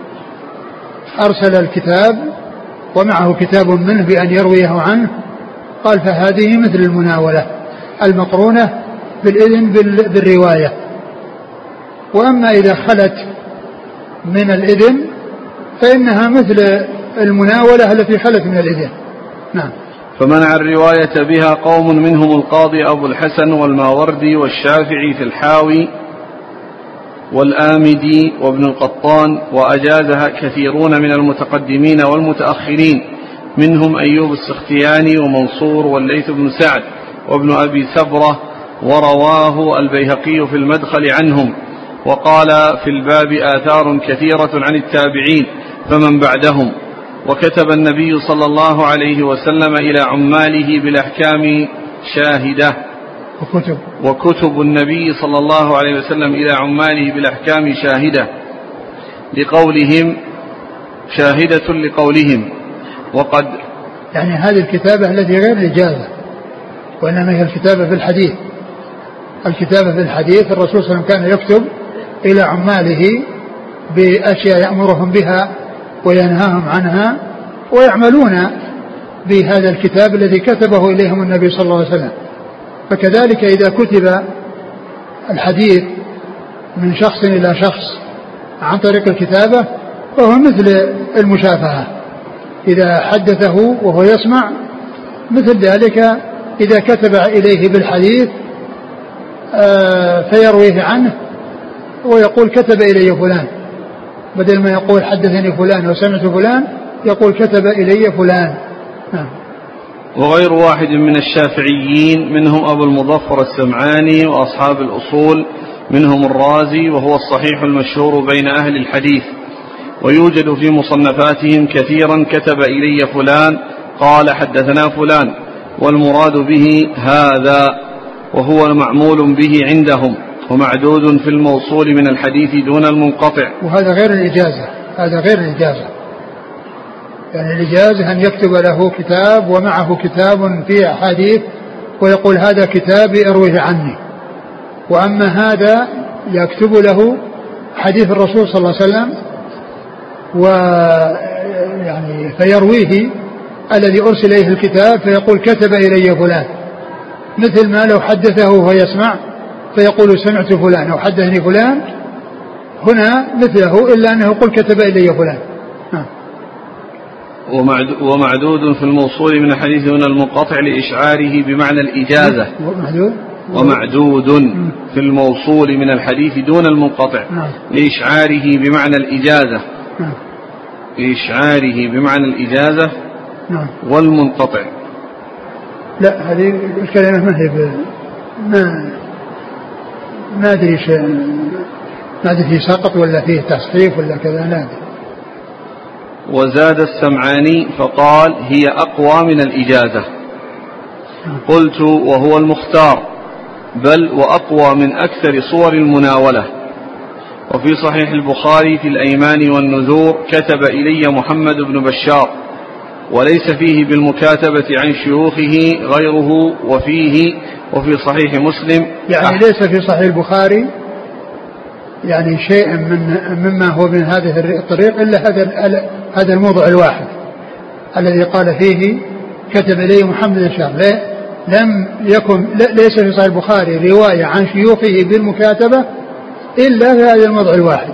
أرسل الكتاب ومعه كتاب منه بأن يرويه عنه، قال فهذه مثل المناولة المقرونة بالإذن بالرواية. وأما إذا خلت من الإذن فإنها مثل المناولة التي خلت من الإذن. نعم. فمنع الرواية بها قوم منهم القاضي أبو الحسن والماوردي والشافعي في الحاوي والآمدي وابن القطان، وأجازها كثيرون من المتقدمين والمتأخرين، منهم أيوب السختياني ومنصور والليث بن سعد وابن أبي سبرة، ورواه البيهقي في المدخل عنهم، وقال في الباب آثار كثيرة عن التابعين فمن بعدهم. وكتب النبي صلى الله عليه وسلم إلى عماله بالأحكام شاهدة، وكتب النبي صلى الله عليه وسلم إلى عماله بالأحكام شاهدة لقولهم. وقد يعني هذه الكتابة التي غير الإجازة، وإنما هي الكتابة في الحديث. الكتابة في الحديث الرسول صلى الله عليه وسلم كان يكتب إلى عماله بأشياء يأمرهم بها وينهاهم عنها، ويعملون بهذا الكتاب الذي كتبه إليهم النبي صلى الله عليه وسلم. فكذلك إذا كتب الحديث من شخص إلى شخص عن طريق الكتابة فهو مثل المشافهة، إذا حدثه وهو يسمع، مثل ذلك إذا كتب إليه بالحديث فيرويه عنه ويقول كتب إلي فلان، بدل ما يقول حدثني فلان وسمعت فلان يقول كتب إلي فلان. وغير واحد من الشافعيين منهم أبو المظفر السمعاني وأصحاب الأصول منهم الرازي، وهو الصحيح المشهور بين أهل الحديث، ويوجد في مصنفاتهم كثيرا كتب إلي فلان قال حدثنا فلان، والمراد به هذا، وهو المعمول به عندهم، ومعدود في الموصول من الحديث دون المنقطع. وهذا غير الإجازة، هذا غير الإجازة، يعني الإجازة أن يكتب له كتاب ومعه كتاب فيه أحاديث ويقول هذا كتابي ارويه عني. وأما هذا يكتب له حديث الرسول صلى الله عليه وسلم ويعني فيرويه الذي أرسل إليه الكتاب فيقول كتب إلي فلان، مثل ما لو حدثه فيسمع فيقول سمعت فلان أو حدثني فلان، هنا مثله إلا أنه يقول كتب إلي فلان. ومعدود في الموصول من الحديث دون المنقطع لإشعاره بمعنى الإجازة. ومعدود في الموصول من الحديث دون المنقطع لإشعاره بمعنى الإجازة، لإشعاره بمعنى الإجازة والمنقطع. لا هذه الكلمة ما هي ما أدري ما أدري فيه سقط ولا فيه تصحيف ولا كذا. لا. وزاد السمعاني فقال هي أقوى من الإجازة. قلت وهو المختار، بل وأقوى من أكثر صور المناولة. وفي صحيح البخاري في الأيمان والنذور كتب إلي محمد بن بشار، وليس فيه بالمكاتبة عن شيوخه غيره. وفي صحيح مسلم يعني ليس في صحيح البخاري يعني شيء مما هو من هذه الطريق إلا هذا الموضع الواحد الذي قال فيه كتب إليه محمد بن بشار. لم يكن ليس في صحيح البخاري رواية عن شيوخه بالمكاتبة إلا في هذا الموضع الواحد،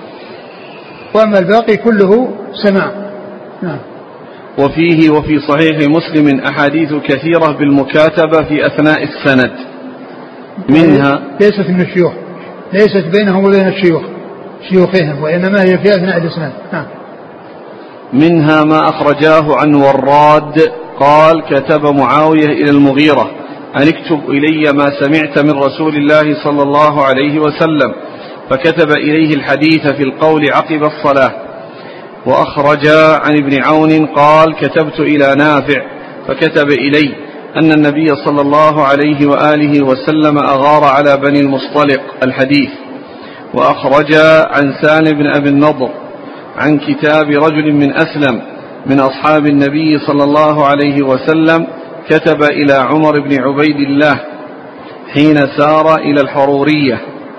وأما الباقي كله سماع. نعم. وفي صحيح مسلم أحاديث كثيرة بالمكاتبة في أثناء السند، منها ليست من الشيوخ، ليست بينهم وبين شيوخهم، وإنما هي في أثناء الإسناد. نعم. منها ما أخرجاه عن وراد قال كتب معاوية إلى المغيرة أن اكتب إلي ما سمعت من رسول الله صلى الله عليه وسلم، فكتب إليه الحديث في القول عقب الصلاة. وأخرج عن ابن عون قال كتبت إلى نافع فكتب إلي أن النبي صلى الله عليه وآله وسلم أغار على بني المصطلق الحديث. وأخرج عن سالم بن أبي النضر عن كتاب رجل من أسلم من أصحاب النبي صلى الله عليه وسلم كتب إلى عمر بن عبيد الله حين سار إلى الحرورية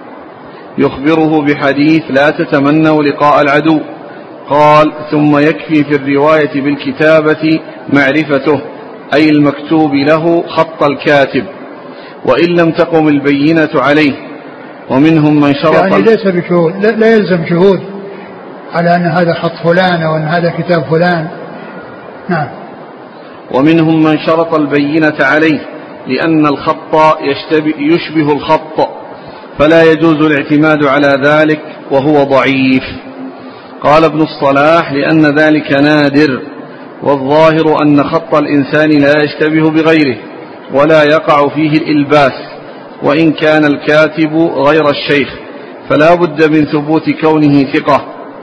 يخبره بحديث لا تتمنوا لقاء العدو. قال ثم يكفي في الرواية بالكتابة معرفته أي المكتوب له خط الكاتب وإن لم تقم البينة عليه. ومنهم من شرط يعني ليس بشهود، لا يلزم شهود على أن هذا خط فلان أو أن هذا كتاب فلان. نعم. ومنهم من شرط البينة عليه لأن الخط يشبه الخط فلا يجوز الاعتماد على ذلك وهو ضعيف. قال ابن الصلاح لأن ذلك نادر، والظاهر أن خط الإنسان لا يشتبه بغيره ولا يقع فيه الإلباس وإن كان الكاتب غير الشيخ، فلا بد من ثبوت كونه ثقة.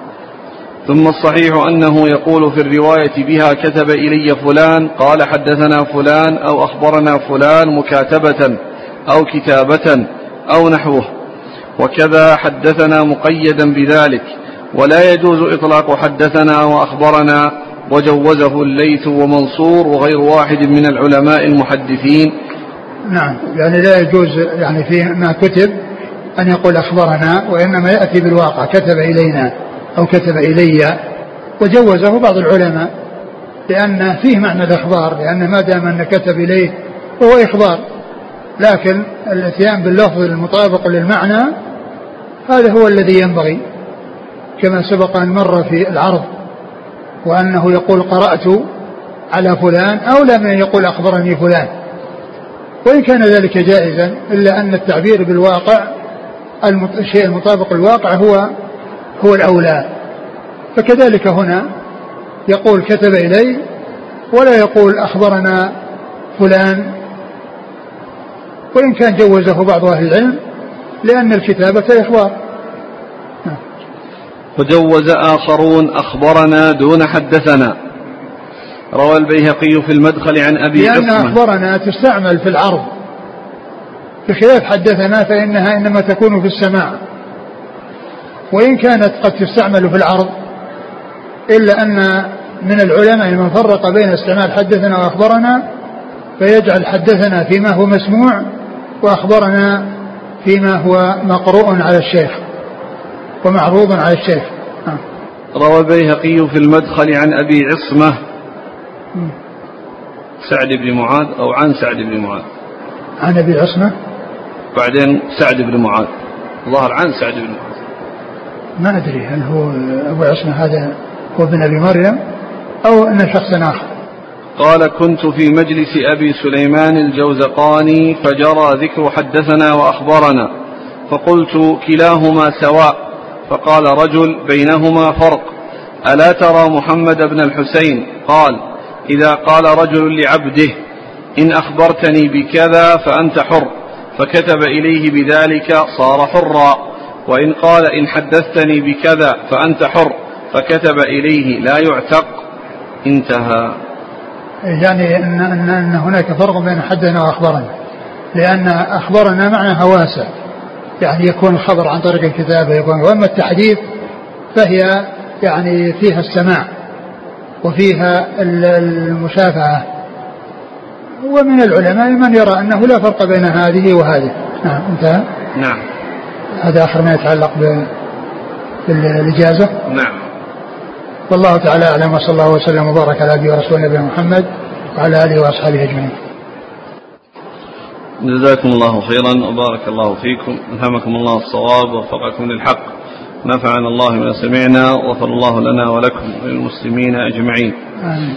ثم الصحيح أنه يقول في الرواية بها كتب إلي فلان قال حدثنا فلان أو أخبرنا فلان مكاتبة أو كتابة أو نحوه، وكذا حدثنا مقيدا بذلك، ولا يجوز إطلاق حدثنا وأخبرنا، وجوزه الليث ومنصور وغير واحد من العلماء المحدثين. نعم، يعني لا يجوز يعني في ما كتب أن يقول أخبرنا، وإنما يأتي بالواقع كتب إلينا أو كتب إلي، وجوزه بعض العلماء لأن فيه معنى الإخبار، لأن ما دام أن كتب إليه هو إخبار، لكن الاتيان باللفظ المطابق للمعنى هذا هو الذي ينبغي، كما سبق أن مر في العرض، وأنه يقول قرأت على فلان أولى من يقول أخبرني فلان، وإن كان ذلك جائزا إلا أن التعبير بالواقع الشيء المطابق للواقع هو الأولى. فكذلك هنا يقول كتب إلي ولا يقول أخبرنا فلان، وإن كان جوزه بعض أهل العلم لأن الكتابة إخبار. وجوز آخرون أخبرنا دون حدثنا. روى البيهقي في المدخل عن أبي عصمة لأن أخبرنا تستعمل في العرض بخلاف حدثنا فإنها إنما تكون في السماع، وإن كانت قد تستعمل في العرض إلا أن من العلماء من فرق بين استعمال حدثنا وأخبرنا، فيجعل حدثنا فيما هو مسموع وأخبرنا فيما هو مقروء على الشيخ ومعروض على الشيخ. روى البيهقي في المدخل عن أبي عصمة سعد بن معاذ أو عن سعد بن معاذ، عن أبي عصمة بعدين سعد بن معاذ، ظهر عن سعد بن معاذ، ما أدري هل هو أبو عصمة هذا هو ابن أبي مريم أو أن شخص آخر. قال كنت في مجلس أبي سليمان الجوزقاني فجرى ذكر حدثنا وأخبرنا، فقلت كلاهما سواء، فقال رجل بينهما فرق، ألا ترى محمد بن الحسين؟ قال إذا قال رجل لعبده إن أخبرتني بكذا فأنت حر، فكتب إليه بذلك صار حرا. وإن قال إن حدثتني بكذا فأنت حر، فكتب إليه لا يعتق، انتهى. يعني أن هناك فرق بين حدثنا وأخبرنا، لأن أخبرنا معناها واسع، يعني يكون الخبر عن طريق الكتابة يكون، وأما التحديث فهي يعني فيها السماع وفيها المشافعة. ومن العلماء من يرى أنه لا فرق بين هذه وهذه. نعم انتهى. نعم. هذا آخر ما يتعلق بالإجازة. نعم. والله تعالى أعلم، وصلى الله وسلم وبارك على نبينا ورسولنا نبينا محمد وعلى آله وأصحابه أجمعين. جزاكم الله خيرا وبارك الله فيكم، ألهمكم الله الصواب ووفقكم للحق، نفعنا الله ما سمعنا، وغفر الله لنا ولكم وللمسلمين أجمعين. آمين.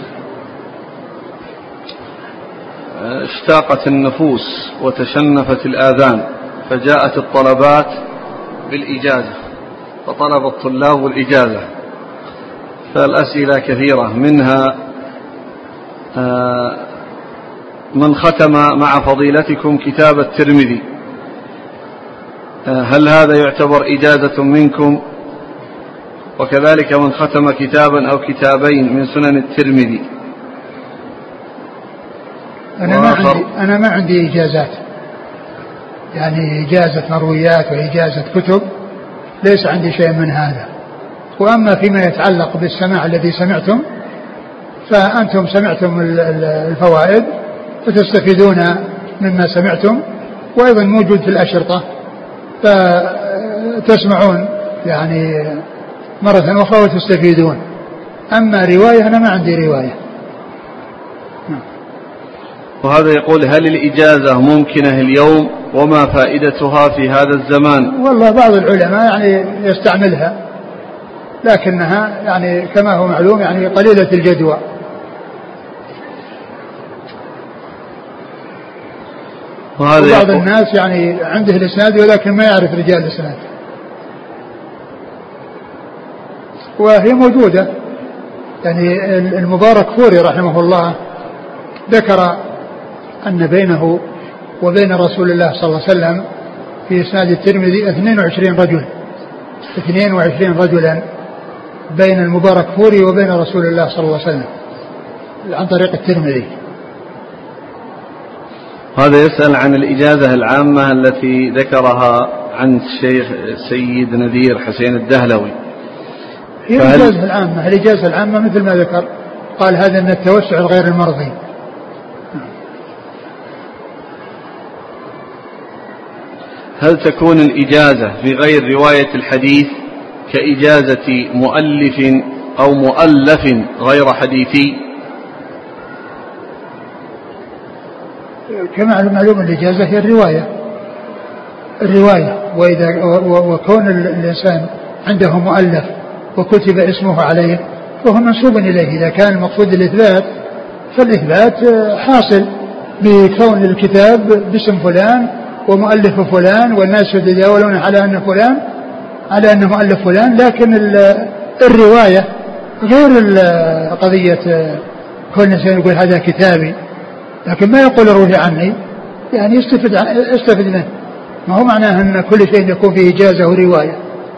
اشتاقت النفوس وتشنفت الآذان، فجاءت الطلبات بالإجازة، فطلب الطلاب الإجازة، فالأسئلة كثيرة، منها من ختم مع فضيلتكم كتاب الترمذي، هل هذا يعتبر إجازة منكم؟ وكذلك من ختم كتابا أو كتابين من سنن الترمذي. أنا ما عندي إجازات، يعني إجازة مرويات وإجازة كتب، ليس عندي شيء من هذا. وأما فيما يتعلق بالسماع الذي سمعتم، فأنتم سمعتم الفوائد فتستفيدون مما سمعتم، وأيضا موجود في الأشرطة فتسمعون يعني مرة أخرى وتستفيدون. أما رواية أنا ما عندي رواية. وهذا يقول هل الإجازة ممكنة اليوم وما فائدتها في هذا الزمان؟ والله بعض العلماء يعني يستعملها، لكنها يعني كما هو معلوم يعني قليلة الجدوى. وبعض الناس يعني عنده الإسناد ولكن ما يعرف رجال الإسناد، وهي موجودة. يعني المبارك فوري رحمه الله ذكر أن بينه وبين رسول الله صلى الله عليه وسلم في إسناد الترمذي 22 رجلا بين المبارك فوري وبين رسول الله صلى الله عليه وسلم عن طريق الترمذي. هذا يسأل عن الإجازة العامة التي ذكرها عن الشيخ سيد نذير حسين الدهلوي. هي الإجازة العامة، الإجازة العامة مثل ما ذكر، قال هذا من التوسع الغير المرضي. هل تكون الإجازة في غير رواية الحديث كإجازة مؤلف أو مؤلف غير حديثي؟ كما معلوم الإجازة هي الرواية، وكون الإنسان عنده مؤلف وكتب اسمه عليه فهو منسوب إليه. إذا كان المقصود الإثبات فالإثبات حاصل بكون الكتاب باسم فلان ومؤلف فلان، والناس يتداولون على أن فلان على أنه مؤلف فلان. لكن الرواية غير قضية كل إنسان يقول هذا كتابي، لكن ما يقول روي عني، يعني يستفد منه، ما هو معناه أن كل شيء يكون فيه إجازة ورواية.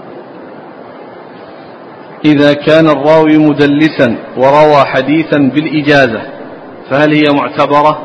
إذا كان الراوي مدلسا وروى حديثا بالإجازة فهل هي معتبرة؟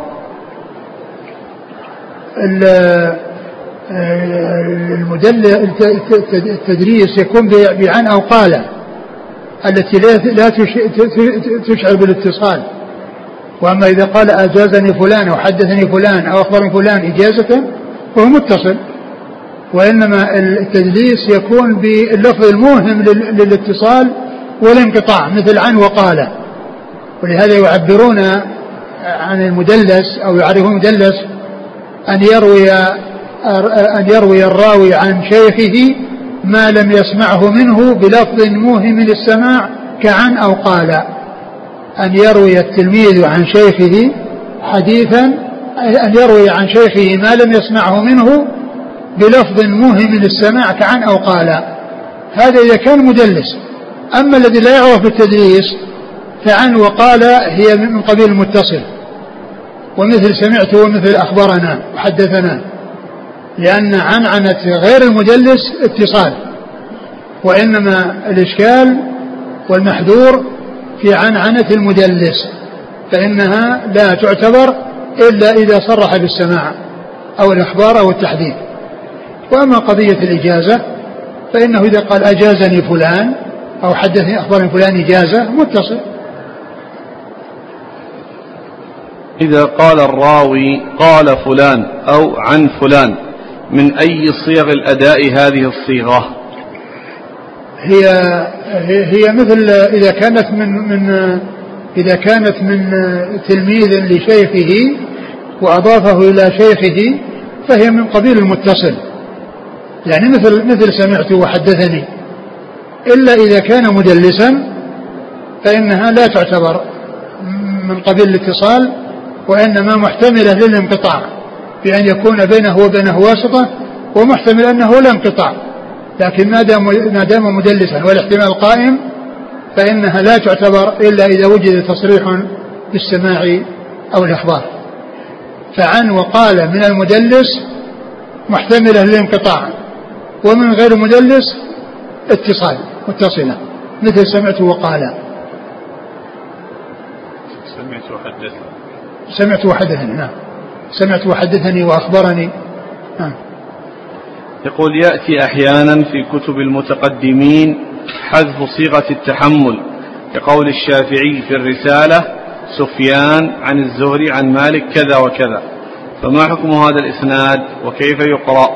التدريس يكون بعن أو قال التي لا تشعر بالاتصال. وأما إذا قال أجازني فلان أو حدثني فلان أو أخبرني فلان إجازة فهو متصل. وإنما التدليس يكون باللفظ الموهم للاتصال والانقطاع مثل عن وقال. ولهذا يعبرون عن المدلس أو يعرفون المدلس أن يروي الراوي عن شيخه ما لم يسمعه منه بلفظ موهم للسماع كعن أو قال. أن يروي التلميذ عن شيخه حديثا، أن يروي عن شيخه ما لم يسمعه منه بلفظ موهم للسماع كعن أو قال، هذا إذا كان مدلس. أما الذي لا يعرف بالتدليس فعن وقال هي من قبيل المتصل، ومثل سمعت ومثل أخبرنا وحدثنا، لأن عنعنة غير المدلس اتصال، وإنما الإشكال والمحذور في عنعنة المدلس، فإنها لا تعتبر إلا إذا صرح بالسماع أو الإخبار أو التحديث. وأما قضية الإجازة فإنه إذا قال أجازني فلان أو حدثني أخبرني فلان إجازة متصل. إذا قال الراوي قال فلان أو عن فلان، من أي صيغ الأداء هذه الصيغة؟ هي مثل إذا كانت من تلميذ لشيخه وأضافه إلى شيخه فهي من قبيل المتصل، يعني مثل سمعت وحدثني، إلا إذا كان مدلسا فإنها لا تعتبر من قبيل الاتصال، وإنما محتملة للانقطاع بأن يكون بينه وبينه واسطة، ومحتمل أنه لا انقطاع، لكن ما دام مدلسا والاحتمال قائم فإنها لا تعتبر إلا إذا وجد تصريح بالسماع أو الإخبار. فعن وقال من المدلس محتملة للانقطاع، ومن غير المدلس متصلة، مثل سمعت وقال. سمعت وحدثني، نعم، سمعت وحدثني وأخبرني، نعم. يقول يأتي أحيانا في كتب المتقدمين حذف صيغة التحمل، كقول الشافعي في الرسالة سفيان عن الزهري عن مالك كذا وكذا، فما حكم هذا الإسناد وكيف يقرأ؟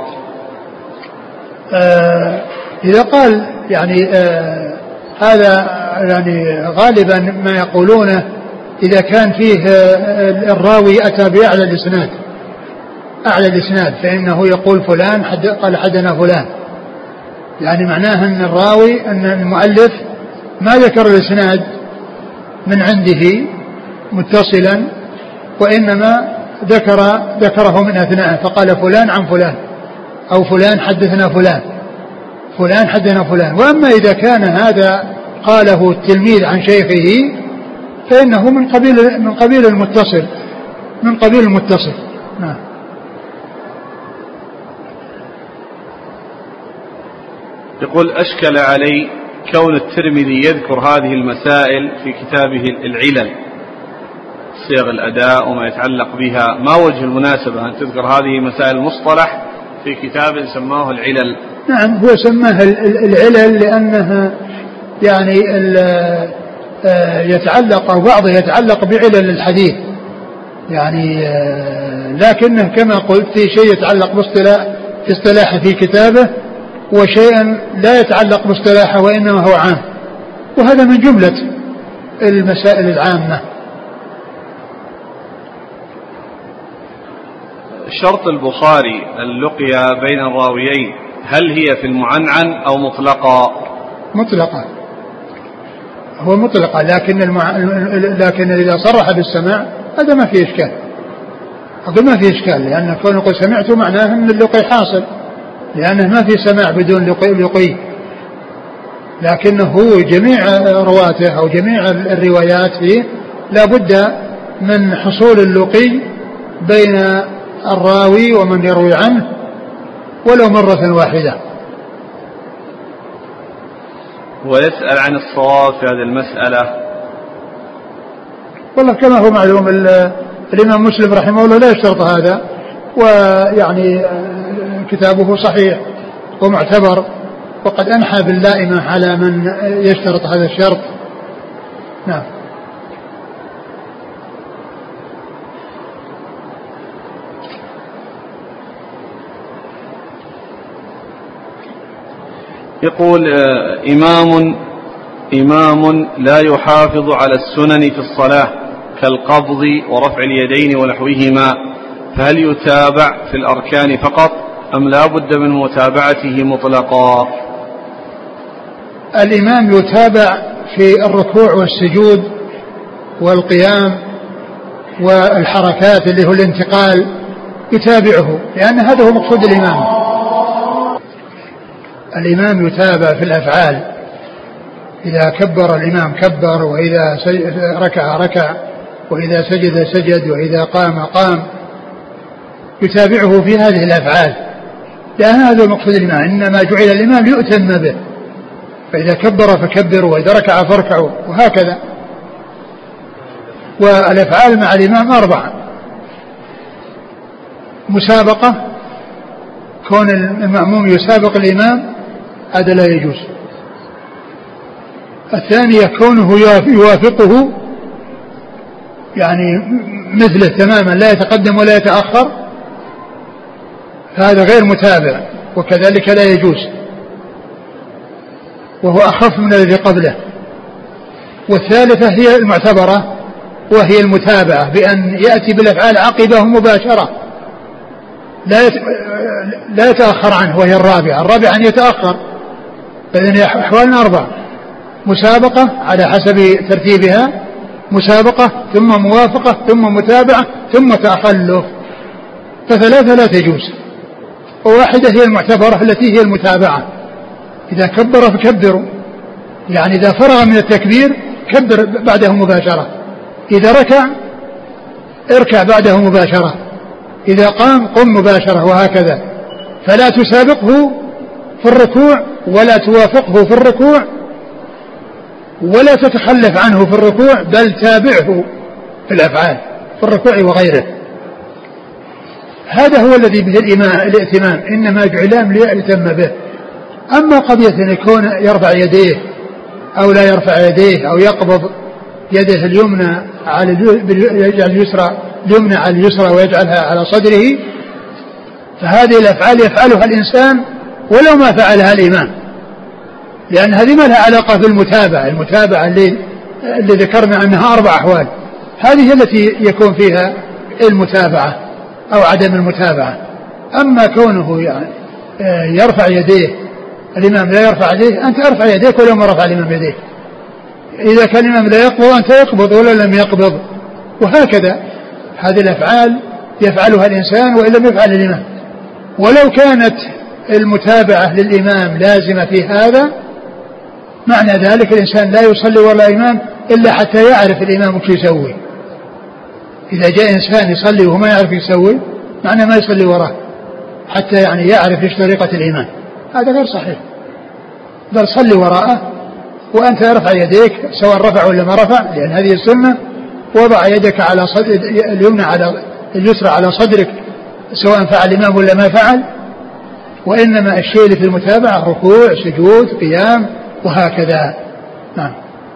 إذا قال يعني هذا يعني غالبا ما يقولونه إذا كان فيه الراوي أتى بأعلى الإسناد فإنه يقول فلان قال حدنا فلان، يعني معناه أن الراوي أن المؤلف ما ذكر الإسناد من عنده متصلا، وإنما ذكره من أثناءه، فقال فلان عن فلان أو فلان حدثنا فلان حدثنا فلان. وأما إذا كان هذا قاله التلميذ عن شيخه فإنه من قبيل المتصل. نعم. يقول أشكل علي كون الترمذي يذكر هذه المسائل في كتابه العلل، صيغ الأداء وما يتعلق بها، ما وجه المناسبة أن تذكر هذه مسائل المصطلح في كتاب سماه العلل؟ نعم، هو سماه العلل لأنها يعني يتعلق أو بعضه يتعلق بعلل الحديث، يعني لكنه كما قلت في شيء يتعلق باصطلاحه في كتابه، وشيئا لا يتعلق باصطلاحه وإنما هو عام، وهذا من جملة المسائل العامة. شرط البخاري اللقيا بين الراويين هل هي في المعنعن أو مطلقة؟ هو مطلقة، لكن إذا صرح بالسماع هذا ما فيه إشكال، لأن كون يقول سمعت معناه أن اللقي حاصل، لأنه ما في سماع بدون لقي، لكنه جميع رواته أو جميع الروايات فيه لا بد من حصول اللقي بين الراوي ومن يروي عنه ولو مرة واحدة. ويسأل عن الصواب في هذه المسألة. والله كما هو معلوم الإمام مسلم رحمه الله لا يشترط هذا، ويعني كتابه صحيح ومعتبر، وقد أنحى باللائمة على من يشترط هذا الشرط. نعم. يقول إمام لا يحافظ على السنن في الصلاة كالقبض ورفع اليدين ونحوهما، فهل يتابع في الأركان فقط أم لا بد من متابعته مطلقا؟ الإمام يتابع في الركوع والسجود والقيام والحركات اللي هو الانتقال، يتابعه، لأن هذا هو مقصود الإمام يتابع في الأفعال، إذا كبر الإمام كبر، وإذا ركع وإذا سجد سجد وإذا قام قام، يتابعه في هذه الأفعال، لأن هذا مقصود الإمام، إنما جعل الإمام ليؤتم به، فإذا كبر فكبروا وإذا ركع فاركعوا وهكذا. والأفعال مع الإمام 4: مسابقة، كون المأموم يسابق الإمام هذا لا يجوز. الثانية كونه يوافقه، يعني مثله تماما لا يتقدم ولا يتأخر، هذا غير متابع وكذلك لا يجوز، وهو أخف من الذي قبله. والثالثة هي المعتبرة وهي المتابعة، بأن يأتي بالأفعال عقبه مباشرة لا يتأخر عنه، وهي الرابعة أن يتأخر. فإذن أحوال 4: مسابقة على حسب ترتيبها، مسابقة ثم موافقة ثم متابعة ثم تخلف، فثلاثة لا تجوز، وواحدة هي المعتبرة التي هي المتابعة. إذا كبر فكبروا، يعني إذا فرغ من التكبير كبر بعده مباشرة، إذا ركع اركع بعده مباشرة، إذا قم مباشرة، وهكذا. فلا تسابقه في الركوع ولا توافقه في الركوع ولا تتخلف عنه في الركوع، بل تابعه في الأفعال في الركوع وغيره. هذا هو الذي به الائتمام، إنما جعلان ليأتم به. أما قضية أن يكون يرفع يديه أو لا يرفع يديه، أو يقبض يده اليمنى على يجعل اليمنى على اليسرى ويجعلها على صدره، فهذه الأفعال يفعلها الإنسان ولو ما فعلها الإمام، لأن هذه ما لها علاقة بالمتابعة اللي ذكرنا أنها 4 أحوال، هذه التي يكون فيها المتابعة أو عدم المتابعة. أما كونه يعني يرفع يديه، الإمام لا يرفع يديه، أنت أرفع يديك ولو ما رفع الإمام يديه. إذا كان الإمام لا يقبض أنت يقبض ولا لم يقبض، وهكذا. هذه الأفعال يفعلها الإنسان وإن لم يفعل الإمام. ولو كانت المتابعة للإمام لازمة في هذا، معنى ذلك الإنسان لا يصلي وراء الإمام إلا حتى يعرف الإمام كيف يسوي. إذا جاء إنسان يصلي وهو ما يعرف يسوي، معنى ما يصلي وراه حتى يعني يعرف إيش طريقة الإمام، هذا غير صحيح. بل صلي وراءه وأنت ارفع يديك سواء رفع ولا ما رفع، لأن هذه السنة. وضع يدك على اليمنى على اليسرى على صدرك سواء فعل الإمام ولا ما فعل. وإنما الشيء اللي في المتابعة ركوع سجود قيام وهكذا. نعم.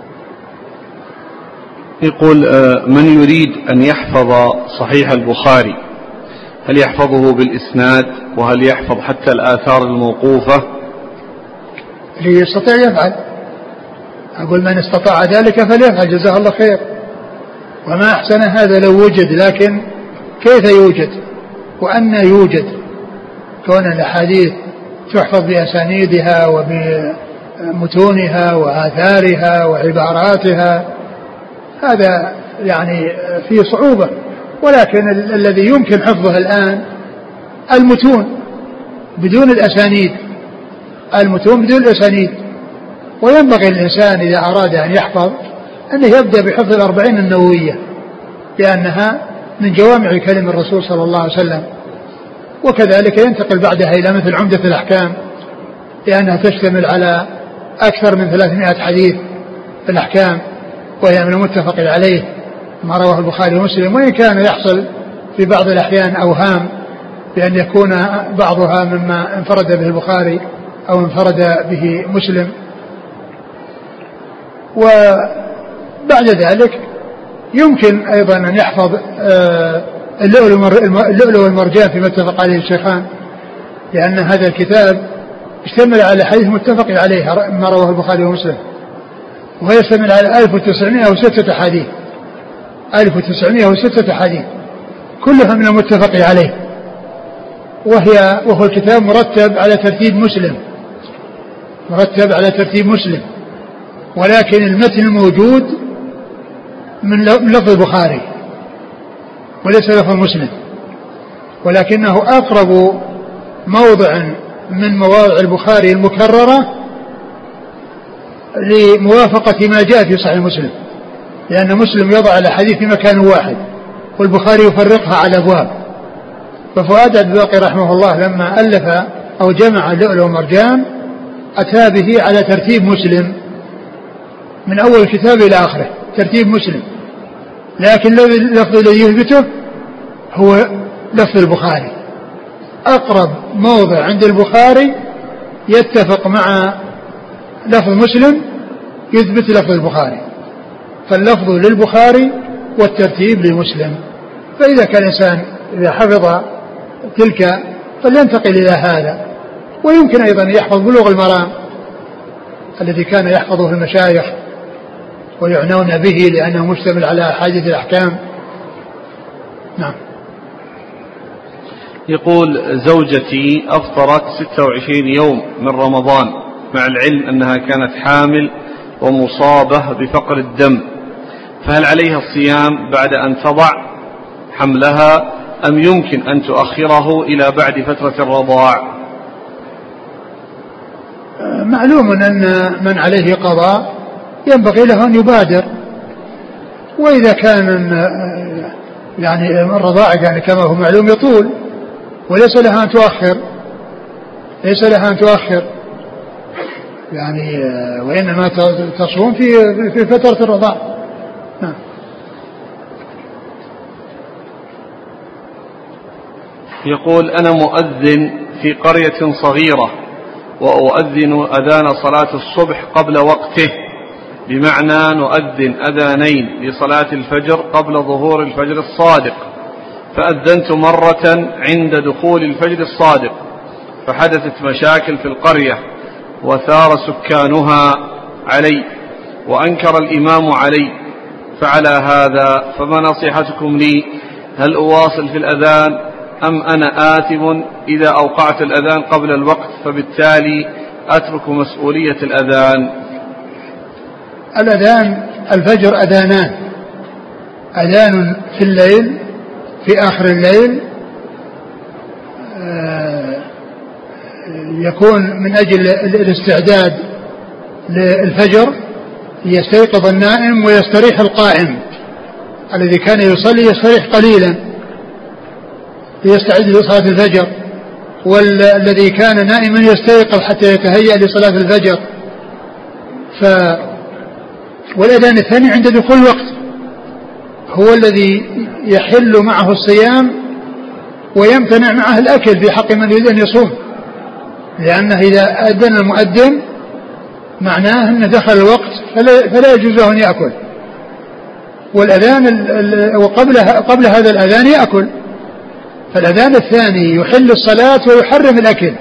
يقول من يريد أن يحفظ صحيح البخاري هل يحفظه بالإسناد وهل يحفظ حتى الآثار الموقوفة؟ اللي يستطيع يفعل، أقول من استطاع ذلك فليفعل، جزاه الله خير. وما أحسن هذا لو وجد، لكن كيف يوجد وأن يوجد؟ كون الأحاديث تحفظ بأسانيدها وبمتونها وآثارها وعباراتها، هذا يعني فيه صعوبة. ولكن الذي يمكن حفظه الآن المتون بدون الأسانيد، المتون بدون الأسانيد. وينبغي الإنسان إذا أراد أن يحفظ أنه يبدأ بحفظ 40 النووية، لأنها من جوامع كلم الرسول صلى الله عليه وسلم. وكذلك ينتقل بعدها إلى مثل عمدة الأحكام، لأنها تشتمل على أكثر من 300 حديث في الأحكام، وهي من المتفق عليه ما رواه البخاري ومسلم. وإن كان يحصل في بعض الأحيان أوهام بأن يكون بعضها مما انفرد به البخاري أو انفرد به مسلم. وبعد ذلك يمكن أيضا أن يحفظ اللؤلؤ والمرجان فيما اتفق عليه الشيخان، لأن هذا الكتاب يشتمل على حديث متفق عليه ما رواه البخاري ومسلم، ويشتمل على 1906 حديث، 1906 حديث كلها من المتفق عليه. وهو الكتاب مرتب على ترتيب مسلم، ولكن المتن موجود من لفظ البخاري وليس لفظ مسلم، ولكنه أقرب موضع من مواضع البخاري المكررة لموافقة ما جاء في صحيح مسلم، لأن مسلم يضع الأحاديث في مكان واحد والبخاري يفرقها على أبواب. ففؤاد الباقي رحمه الله لما ألف أو جمع اللؤلؤ والمرجان أتى به على ترتيب مسلم من أول الكتاب إلى آخره، ترتيب مسلم، لكن اللفظ الذي يثبته هو لفظ البخاري. أقرب موضع عند البخاري يتفق مع لفظ مسلم يثبت لفظ البخاري، فاللفظ للبخاري والترتيب لمسلم. فإذا كان الإنسان إذا حفظ تلك فلينتقل إلى هذا. ويمكن أيضا يحفظ بلوغ المرام الذي كان يحفظه المشايخ ويعنون به لأنه مشتمل على أحاديث الأحكام. نعم. يقول زوجتي أفطرت 26 يوم من رمضان مع العلم أنها كانت حامل ومصابة بفقر الدم، فهل عليها الصيام بعد أن تضع حملها أم يمكن أن تؤخره إلى بعد فترة الرضاع؟ معلوم أن من عليه قضاء ينبغي له أن يبادر، وإذا كان يعني الرضاع يعني كما هو معلوم يطول وليس لها أن تؤخر، ليس لها أن تؤخر يعني، وإنما تصوم في فترة الرضاع. نعم. يقول أنا مؤذن في قرية صغيرة وأؤذن أذان صلاة الصبح قبل وقته، بمعنى نؤذن أذانين لصلاة الفجر قبل ظهور الفجر الصادق، فأذنت مرة عند دخول الفجر الصادق فحدثت مشاكل في القرية وثار سكانها علي وأنكر الإمام علي، فعلى هذا فما نصيحتكم لي؟ هل أواصل في الأذان أم أنا آثم إذا أوقعت الأذان قبل الوقت فبالتالي أترك مسؤولية الأذان؟ الأذان الفجر أذانان، أذان في الليل في آخر الليل يكون من أجل الاستعداد للفجر، يستيقظ النائم ويستريح القائم الذي كان يصلي يستريح قليلا ليستعد لصلاة الفجر، والذي كان نائما يستيقظ حتى يتهيأ لصلاة الفجر. والأذان الثاني عند دخول الوقت هو الذي يحل معه الصيام ويمتنع معه الأكل في حق من يريد أن يصوم، لأنه إذا أذن المؤذن معناه أنه دخل الوقت فلا يجوز له أن يأكل، والأذان وقبل هذا الأذان يأكل، فالأذان الثاني يحل الصلاة ويحرم الأكل،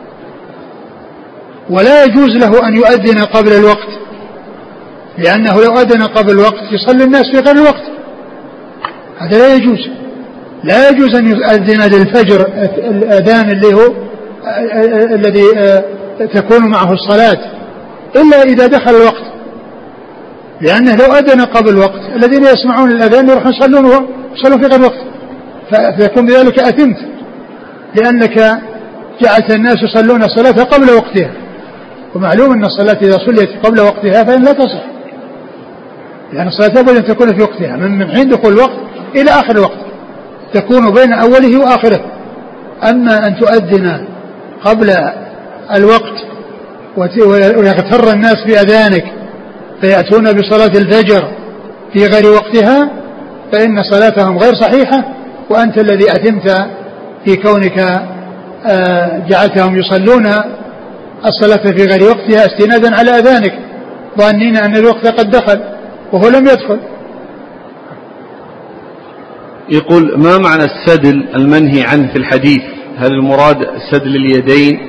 ولا يجوز له أن يؤذن قبل الوقت، لأنه لو أذن قبل الوقت يصلي الناس في غير الوقت، هذا لا يجوز. لا يجوز أن يؤذن للفجر الأذان اللي هو الذي تكون معه الصلاة إلا إذا دخل الوقت، لأنه لو أذن قبل الوقت الذين يسمعون الأذان يروحون يصلون في غير الوقت، فيكون بذلك أثمت، لأنك جعلت الناس يصلون الصلاة قبل وقتها، ومعلوم أن الصلاة إذا صليت قبل وقتها فإن لا تصح، لأن الصلاة لابد أن تكون في وقتها من حين دخول الوقت إلى آخر الوقت، تكون بين أوله وآخره. أما أن تؤذن قبل الوقت ويغتر الناس بأذانك فيأتون بصلاة الفجر في غير وقتها فإن صلاتهم غير صحيحة، وأنت الذي أثمت في كونك جعلتهم يصلون الصلاة في غير وقتها استنادا على أذانك ظانين أن الوقت قد دخل وهو لم يدخل. يقول ما معنى السدل المنهي عنه في الحديث؟ هل المراد سدل اليدين؟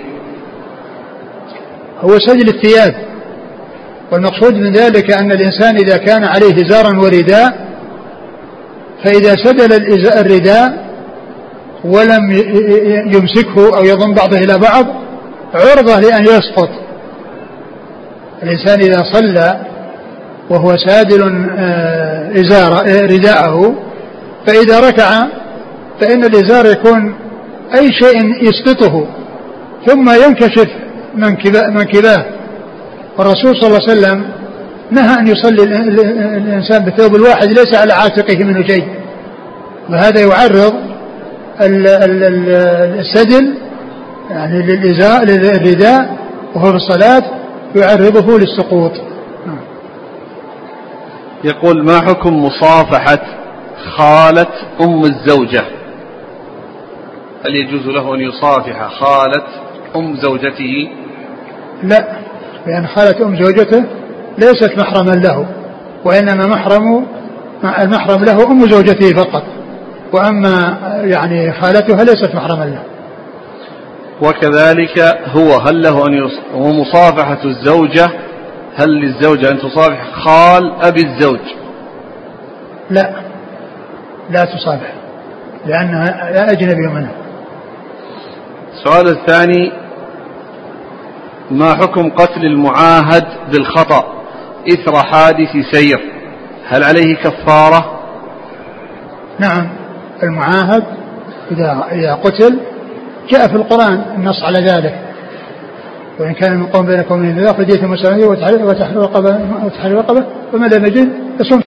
هو سدل الثياب، والمقصود من ذلك أن الإنسان إذا كان عليه إزارا ورداء فإذا سدل الرداء ولم يمسكه أو يضم بعضه إلى بعض عرضة لأن يسقط. الإنسان إذا صلى وهو سادل رداءه فإذا ركع فإن الإزار يكون أي شيء يسقطه ثم ينكشف منكباه، والرسول صلى الله عليه وسلم نهى أن يصلي الإنسان بالثوب الواحد ليس على عاتقه منه شيء، وهذا يعرض السدل يعني للرداء وهو في الصلاة يعرضه للسقوط. يقول: ما حكم مصافحة خالة أم الزوجة؟ هل يجوز له أن يصافح خالة أم زوجته؟ لا، لأن خالة أم زوجته ليست محرما له، وإنما المحرم له أم زوجته فقط، وأما يعني خالتها ليست محرما له. وكذلك هل له أن ومصافحة الزوجة، هل للزوجة أن تصافح خال أبي الزوج؟ لا تصافح، لأنها لا أجنبي منها. السؤال الثاني: ما حكم قتل المعاهد بالخطأ إثر حادث سير؟ هل عليه كفارة؟ نعم، المعاهد إذا قتل جاء في القرآن النص على ذلك: وإن كان من قوم بينكم وبين الله فدية مسلمة وتحرير رقبة ومن لم يجد فصوم